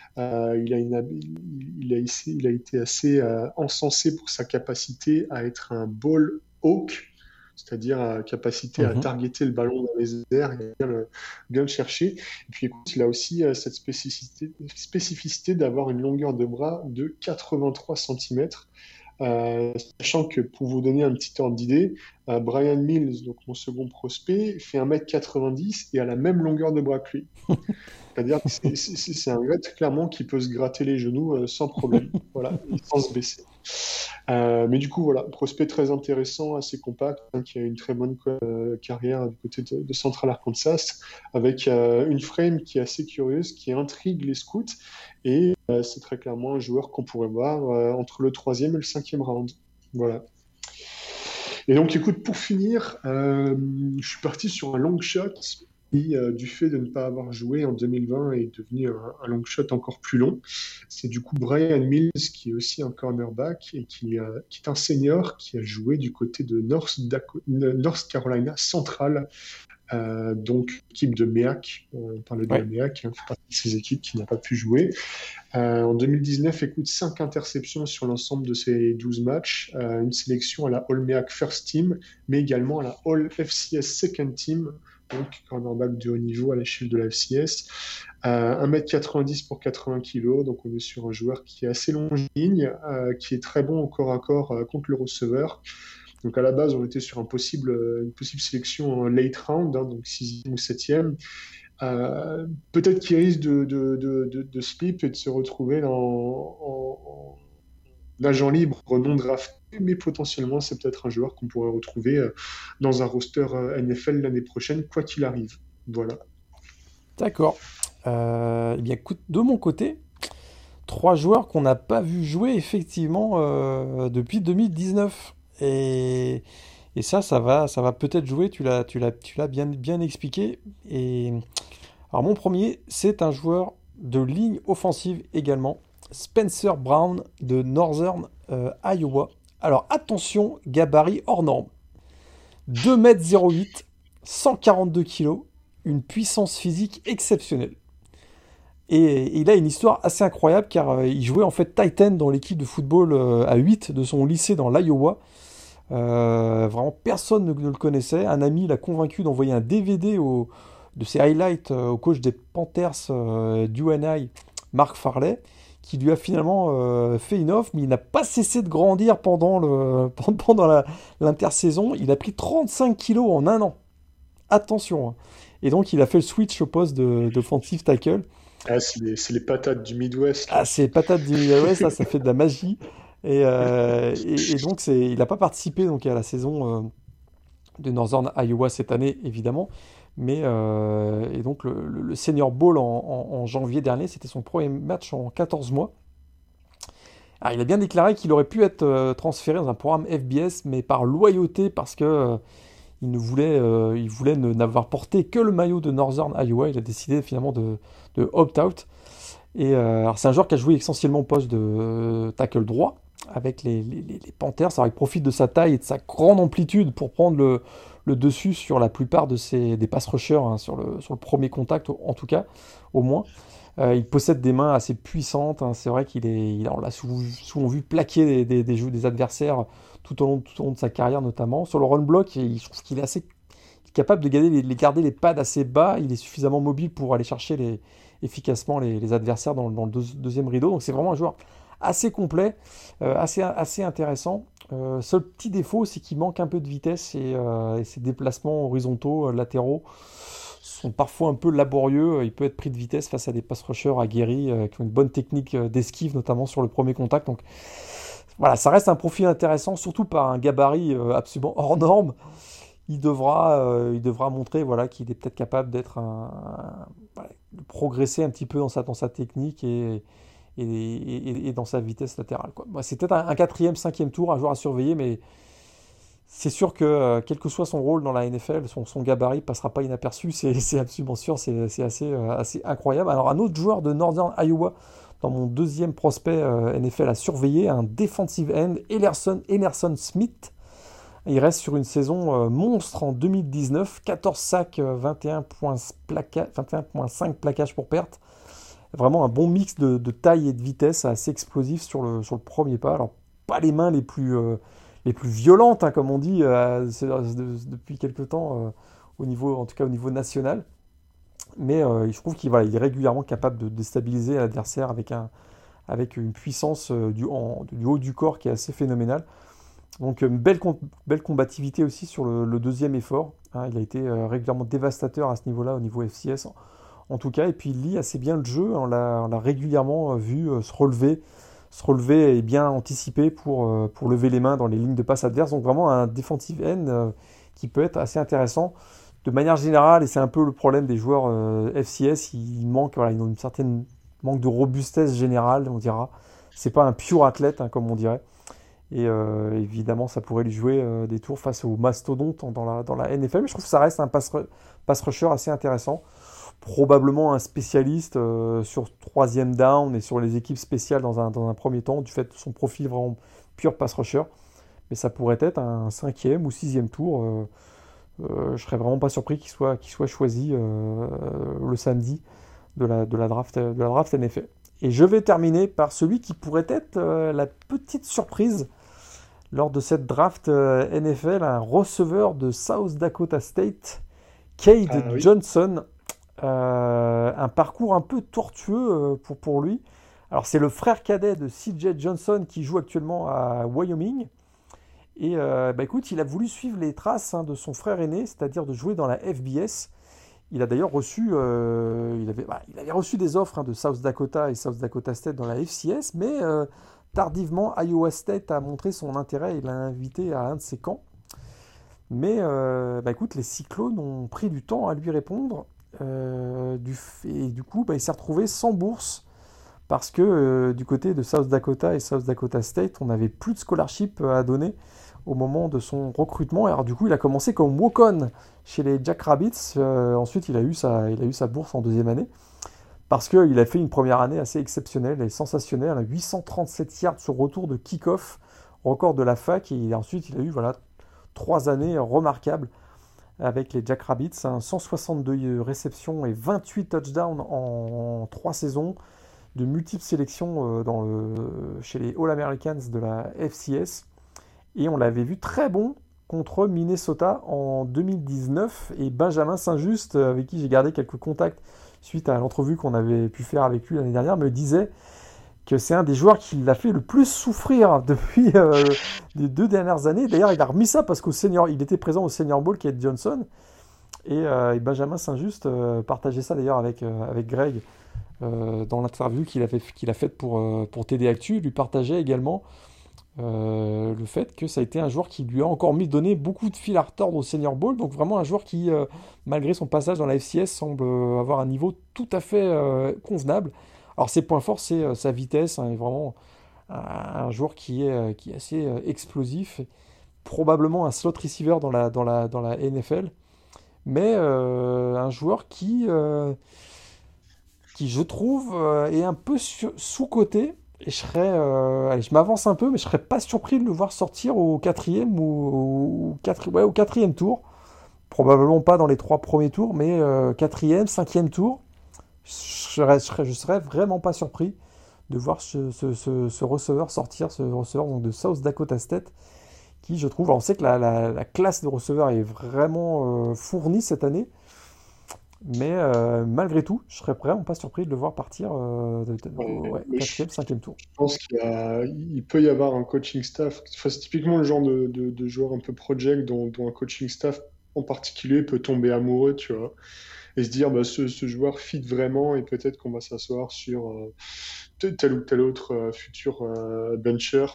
Il a été assez encensé pour sa capacité à être un ball hawk, c'est-à-dire capacité à Mhm. targeter le ballon dans les airs et bien le chercher. Et puis écoute, il a aussi cette spécificité d'avoir une longueur de bras de 83 cm. Sachant que pour vous donner un petit ordre d'idée, Brian Mills, donc mon second prospect, fait 1m90 et a la même longueur de bras que lui. C'est-à-dire que c'est un gars clairement qui peut se gratter les genoux sans problème, voilà, et sans se baisser. Mais du coup, voilà, prospect très intéressant, assez compact, hein, qui a une très bonne carrière du côté de Central Arkansas, avec une frame qui est assez curieuse, qui intrigue les scouts, et c'est très clairement un joueur qu'on pourrait voir entre le troisième et le cinquième round. Voilà. Et donc, écoute, pour finir, je suis parti sur un long shot qui, du fait de ne pas avoir joué en 2020, est devenu un long shot encore plus long. C'est du coup Brian Mills, qui est aussi un cornerback et qui est un senior qui a joué du côté de North Carolina Central, donc équipe de MEAC. On parlait de la Ouais. MEAC, hein, fait partie de ces équipes qui n'a pas pu jouer. En 2019, écoute, 5 interceptions sur l'ensemble de ces 12 matchs, une sélection à la All-MEAC First Team, mais également à la All-FCS Second Team, donc cornerback de haut niveau à l'échelle de la FCS. 1m90 pour 80 kg, donc on est sur un joueur qui est assez longiligne, qui est très bon au corps à corps contre le receveur. Donc à la base, on était sur une possible sélection en late round, hein, donc 6e ou 7e. Peut-être qu'il risque de slip et de se retrouver en agent libre non drafté, mais potentiellement c'est peut-être un joueur qu'on pourrait retrouver dans un roster NFL l'année prochaine, quoi qu'il arrive. Voilà. D'accord. Eh bien, écoute, de mon côté, trois joueurs qu'on n'a pas vu jouer effectivement depuis 2019. Et ça va peut-être jouer. Tu l'as bien expliqué. Et alors mon premier, c'est un joueur de ligne offensive également, Spencer Brown de Northern Iowa. Alors attention, gabarit hors norme. 2,08 m, 142 kg, une puissance physique exceptionnelle. Et il a une histoire assez incroyable car il jouait en fait Titan dans l'équipe de football à 8 de son lycée dans l'Iowa. Vraiment personne ne le connaissait. Un ami l'a convaincu d'envoyer un DVD de ses highlights au coach des Panthers d'UNI, Mark Farley, qui lui a finalement fait une offre, mais il n'a pas cessé de grandir pendant l'intersaison. Il a pris 35 kilos en un an. Attention, hein. Et donc il a fait le switch au poste d'offensive tackle. Ah, c'est les patates du Midwest, Ah, là. c'est patate du Midwest, ça fait de la magie. Et donc, il n'a pas participé donc, à la saison de Northern Iowa cette année, évidemment. Et donc, le Senior Bowl en janvier dernier, c'était son premier match en 14 mois. Alors, il a bien déclaré qu'il aurait pu être transféré dans un programme FBS, mais par loyauté, parce que il voulait n'avoir porté que le maillot de Northern Iowa. Il a décidé finalement de opt-out. Alors c'est un joueur qui a joué essentiellement au poste de tackle droit avec les Panthers. Alors il profite de sa taille et de sa grande amplitude pour prendre le dessus sur la plupart des pass rushers, hein, sur le premier contact en tout cas, au moins. Il possède des mains assez puissantes, hein. C'est vrai on l'a souvent vu plaquer des adversaires tout au long de sa carrière notamment. Sur le run block, je trouve qu'il est assez capable de garder les pads assez bas. Il est suffisamment mobile pour aller chercher efficacement les adversaires dans le deuxième rideau. Donc c'est vraiment un joueur assez complet, assez intéressant. Seul petit défaut, c'est qu'il manque un peu de vitesse et ses déplacements horizontaux, latéraux sont parfois un peu laborieux. Il peut être pris de vitesse face à des pass rushers aguerris qui ont une bonne technique d'esquive, notamment sur le premier contact. Donc Voilà, ça reste un profil intéressant, surtout par un gabarit absolument hors norme. Il devra montrer voilà, qu'il est peut-être capable voilà, de progresser un petit peu dans sa technique et dans sa vitesse latérale, quoi. Moi, c'est peut-être un quatrième, cinquième tour, un joueur à surveiller, mais c'est sûr que quel que soit son rôle dans la NFL, son gabarit passera pas inaperçu, c'est absolument sûr, c'est assez incroyable. Alors un autre joueur de Northern Iowa, dans mon deuxième prospect NFL à surveiller, un defensive end, Elerson Smith. Il reste sur une saison monstre en 2019, 14 sacs, 21,5 plaquages pour perte. Vraiment un bon mix de taille et de vitesse assez explosif sur le premier pas. Alors, pas les mains les plus violentes, hein, comme on dit depuis quelques temps, en tout cas au niveau national. Mais je trouve qu'il est régulièrement capable de déstabiliser l'adversaire avec une puissance du haut du corps qui est assez phénoménale. Donc belle combativité aussi sur le deuxième effort, hein. Il a été régulièrement dévastateur à ce niveau-là, au niveau FCS en tout cas. Et puis il lit assez bien le jeu. On l'a régulièrement vu se relever et bien anticiper pour lever les mains dans les lignes de passe adverses. Donc vraiment un defensive end qui peut être assez intéressant. De manière générale, et c'est un peu le problème des joueurs FCS, voilà, ils ont une certaine manque de robustesse générale, on dira. C'est pas un pure athlète, hein, comme on dirait. Et évidemment, ça pourrait lui jouer des tours face aux mastodontes dans la NFL. Mais je trouve que ça reste un pass rusher assez intéressant. Probablement un spécialiste sur troisième down et sur les équipes spéciales dans un premier temps, du fait de son profil vraiment pur pass rusher. Mais ça pourrait être un cinquième ou sixième tour. Je serais vraiment pas surpris qu'il soit choisi le samedi de la draft NFL. Et je vais terminer par celui qui pourrait être la petite surprise lors de cette draft NFL, un receveur de South Dakota State, Ah Cade oui. Johnson. Un parcours un peu tortueux pour lui. Alors c'est le frère cadet de CJ Johnson qui joue actuellement à Wyoming. Et bah écoute, il a voulu suivre les traces, hein, de son frère aîné, c'est-à-dire de jouer dans la FBS. Il a d'ailleurs reçu, il avait reçu des offres, hein, de South Dakota et South Dakota State dans la FCS, mais tardivement, Iowa State a montré son intérêt et l'a invité à un de ses camps. Mais bah écoute, les Cyclones ont pris du temps à lui répondre. Et du coup, bah, il s'est retrouvé sans bourse parce que du côté de South Dakota et South Dakota State, on n'avait plus de scholarship à donner au moment de son recrutement. Alors du coup, il a commencé comme walk-on chez les Jackrabbits. Ensuite, il a eu sa bourse en deuxième année parce qu'il a fait une première année assez exceptionnelle et sensationnelle. 837 yards sur retour de kick-off, record de la fac. Et ensuite, il a eu voilà, 3 années remarquables avec les Jackrabbits, hein, 162 réceptions et 28 touchdowns en 3 saisons, de multiples sélections chez les All-Americans de la FCS. Et on l'avait vu très bon contre Minnesota en 2019. Et Benjamin Saint-Just, avec qui j'ai gardé quelques contacts suite à l'entrevue qu'on avait pu faire avec lui l'année dernière, me disait que c'est un des joueurs qui l'a fait le plus souffrir depuis les 2 dernières années. D'ailleurs, il a remis ça parce il était présent au Senior Bowl, Kate Johnson, et Benjamin Saint-Just partageait ça d'ailleurs avec Greg dans l'interview qu'il a faite pour TD Actu. Il lui partageait également le fait que ça a été un joueur qui lui a encore donné beaucoup de fil à retordre au Senior Bowl. Donc vraiment un joueur qui, malgré son passage dans la FCS, semble avoir un niveau tout à fait convenable. Alors ses points forts, c'est sa vitesse, hein, et vraiment un joueur qui est assez explosif, probablement un slot receiver dans la NFL, mais un joueur qui je trouve, est un peu sous-coté. Et allez, je m'avance un peu, mais je serais pas surpris de le voir sortir au quatrième ouais, au quatrième tour. Probablement pas dans les 3 premiers tours, mais quatrième, cinquième tour. Je serais vraiment pas surpris de voir ce receveur sortir, ce receveur donc de South Dakota State, qui je trouve, alors on sait que la classe de receveur est vraiment fournie cette année, mais malgré tout, je serais vraiment pas surpris de le voir partir Ouais, ouais, mais quatrième, cinquième tour. je pense il peut y avoir un coaching staff. Enfin, c'est typiquement le genre de joueur un peu project dont un coaching staff en particulier peut tomber amoureux, tu vois. et se dire bah, ce joueur fit vraiment et peut-être qu'on va s'asseoir sur tel ou tel autre futur bencher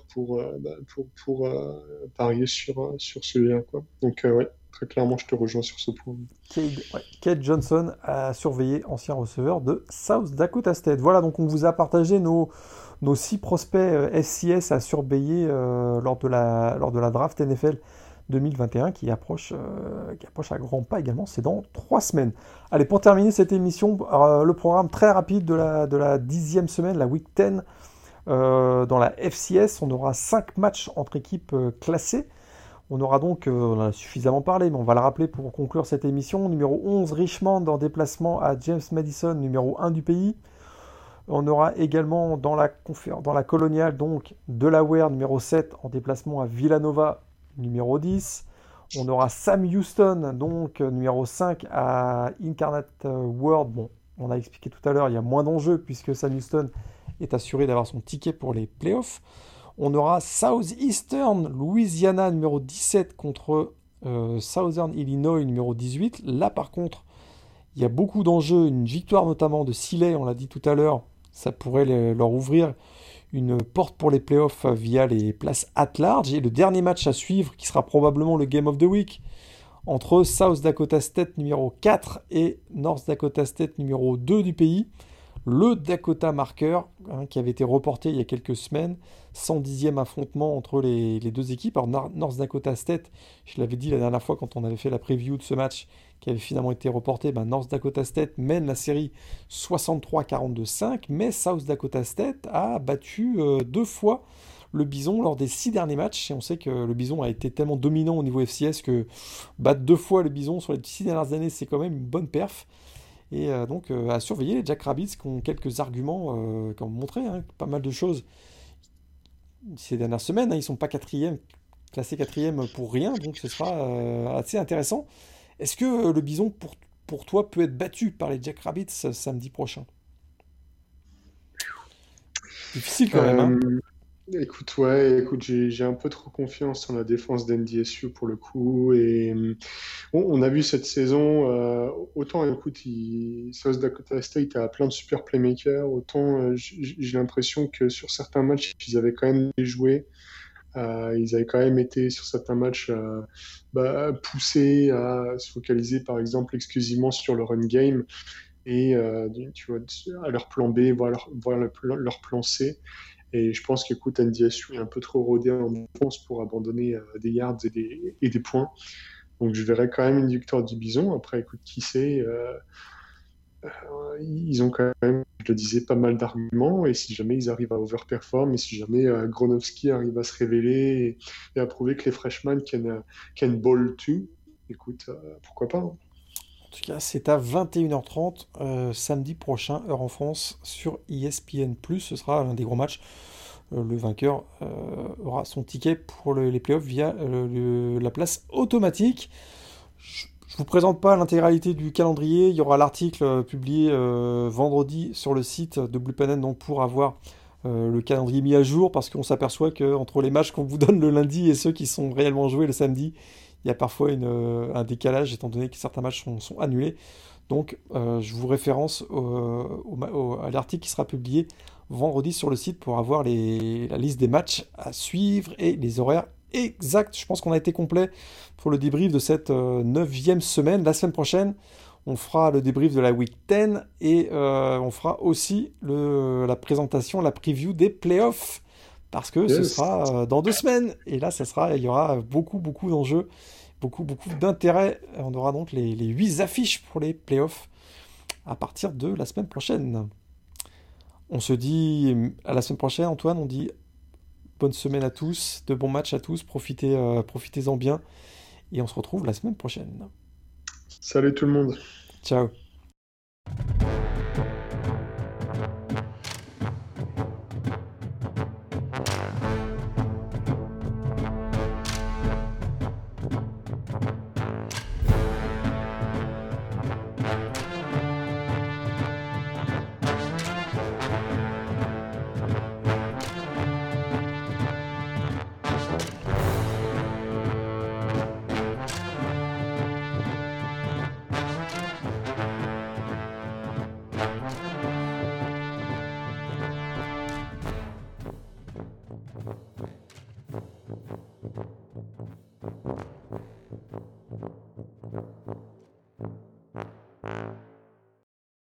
pour parier sur celui-là, quoi. Donc, ouais, très clairement, je te rejoins sur ce point. Cade Johnson à surveiller, ancien receveur de South Dakota State. Voilà, donc on vous a partagé nos 6 prospects FCS à surveiller lors de la draft NFL 2021 qui approche à grands pas également, c'est dans 3 semaines. Allez, pour terminer cette émission, le programme très rapide de la 10e semaine, la Week 10, dans la FCS, on aura 5 matchs entre équipes classées. On aura donc, on en a suffisamment parlé, mais on va le rappeler pour conclure cette émission. Numéro 11, Richmond en déplacement à James Madison, numéro 1 du pays. On aura également dans la coloniale, donc Delaware, numéro 7, en déplacement à Villanova, numéro 10. On aura Sam Houston, donc numéro 5 à Incarnate World. Bon, on a expliqué tout à l'heure, il y a moins d'enjeux puisque Sam Houston est assuré d'avoir son ticket pour les playoffs. On aura Southeastern Louisiana numéro 17 contre Southern Illinois numéro 18. Là par contre, il y a beaucoup d'enjeux. Une victoire notamment de Siley, on l'a dit tout à l'heure, ça pourrait leur ouvrir une porte pour les playoffs via les places at large. Et le dernier match à suivre, qui sera probablement le Game of the Week, entre South Dakota State numéro 4 et North Dakota State numéro 2 du pays. Le Dakota Marker, qui avait été reporté il y a quelques semaines, 110e affrontement entre les deux équipes. Alors North Dakota State, je l'avais dit la dernière fois quand on avait fait la preview de ce match, qui avait finalement été reporté, North Dakota State mène la série 63-42-5, mais South Dakota State a battu 2 fois le Bison lors des 6 derniers matchs, et on sait que le Bison a été tellement dominant au niveau FCS que battre 2 fois le Bison sur les 6 dernières années, c'est quand même une bonne perf. Et donc à surveiller les Jackrabbits qui ont quelques arguments qui ont montré pas mal de choses ces dernières semaines. Ils ne sont pas classés quatrième pour rien, donc ce sera assez intéressant. Est-ce que le Bison, pour toi, peut être battu par les Jackrabbits samedi prochain? Difficile quand même, hein? Écoute, j'ai un peu trop confiance en la défense d'NDSU pour le coup. Et on a vu cette saison, autant écoute, South Dakota State a plein de super playmakers, autant j'ai l'impression que sur certains matchs, ils avaient quand même joué. Ils avaient quand même été sur certains matchs poussés à se focaliser par exemple exclusivement sur le run game et tu vois, à leur plan B, voir leur plan C. Et je pense qu'écoute, NDSU est un peu trop rodé en défense pour abandonner des yards et des points. Donc je verrais quand même une victoire du Bison. Après, écoute, qui sait, ils ont quand même, je le disais, pas mal d'arguments. Et si jamais ils arrivent à overperform, et si jamais Gronowski arrive à se révéler et à prouver que les freshmen can ball too, écoute, pourquoi pas, hein. En tout cas, c'est à 21h30 samedi prochain, heure en France, sur ESPN+. Ce sera l'un des gros matchs. Le vainqueur aura son ticket pour les playoffs via la place automatique. Je ne vous présente pas l'intégralité du calendrier. Il y aura l'article publié vendredi sur le site de Blue Planet donc pour avoir le calendrier mis à jour, parce qu'on s'aperçoit qu'entre les matchs qu'on vous donne le lundi et ceux qui sont réellement joués le samedi, il y a parfois un décalage étant donné que certains matchs sont annulés. Donc je vous référence à l'article qui sera publié vendredi sur le site pour avoir la liste des matchs à suivre et les horaires exacts. Je pense qu'on a été complet pour le débrief de cette 9e semaine. La semaine prochaine, on fera le débrief de la Week 10 et on fera aussi la présentation, la preview des playoffs, parce que ce sera dans 2 semaines. Et là, il y aura beaucoup, beaucoup d'enjeux, beaucoup, beaucoup d'intérêt. On aura donc les 8 affiches pour les playoffs à partir de la semaine prochaine. On se dit à la semaine prochaine, Antoine. On dit bonne semaine à tous, de bons matchs à tous. Profitez-en bien. Et on se retrouve la semaine prochaine. Salut tout le monde. Ciao.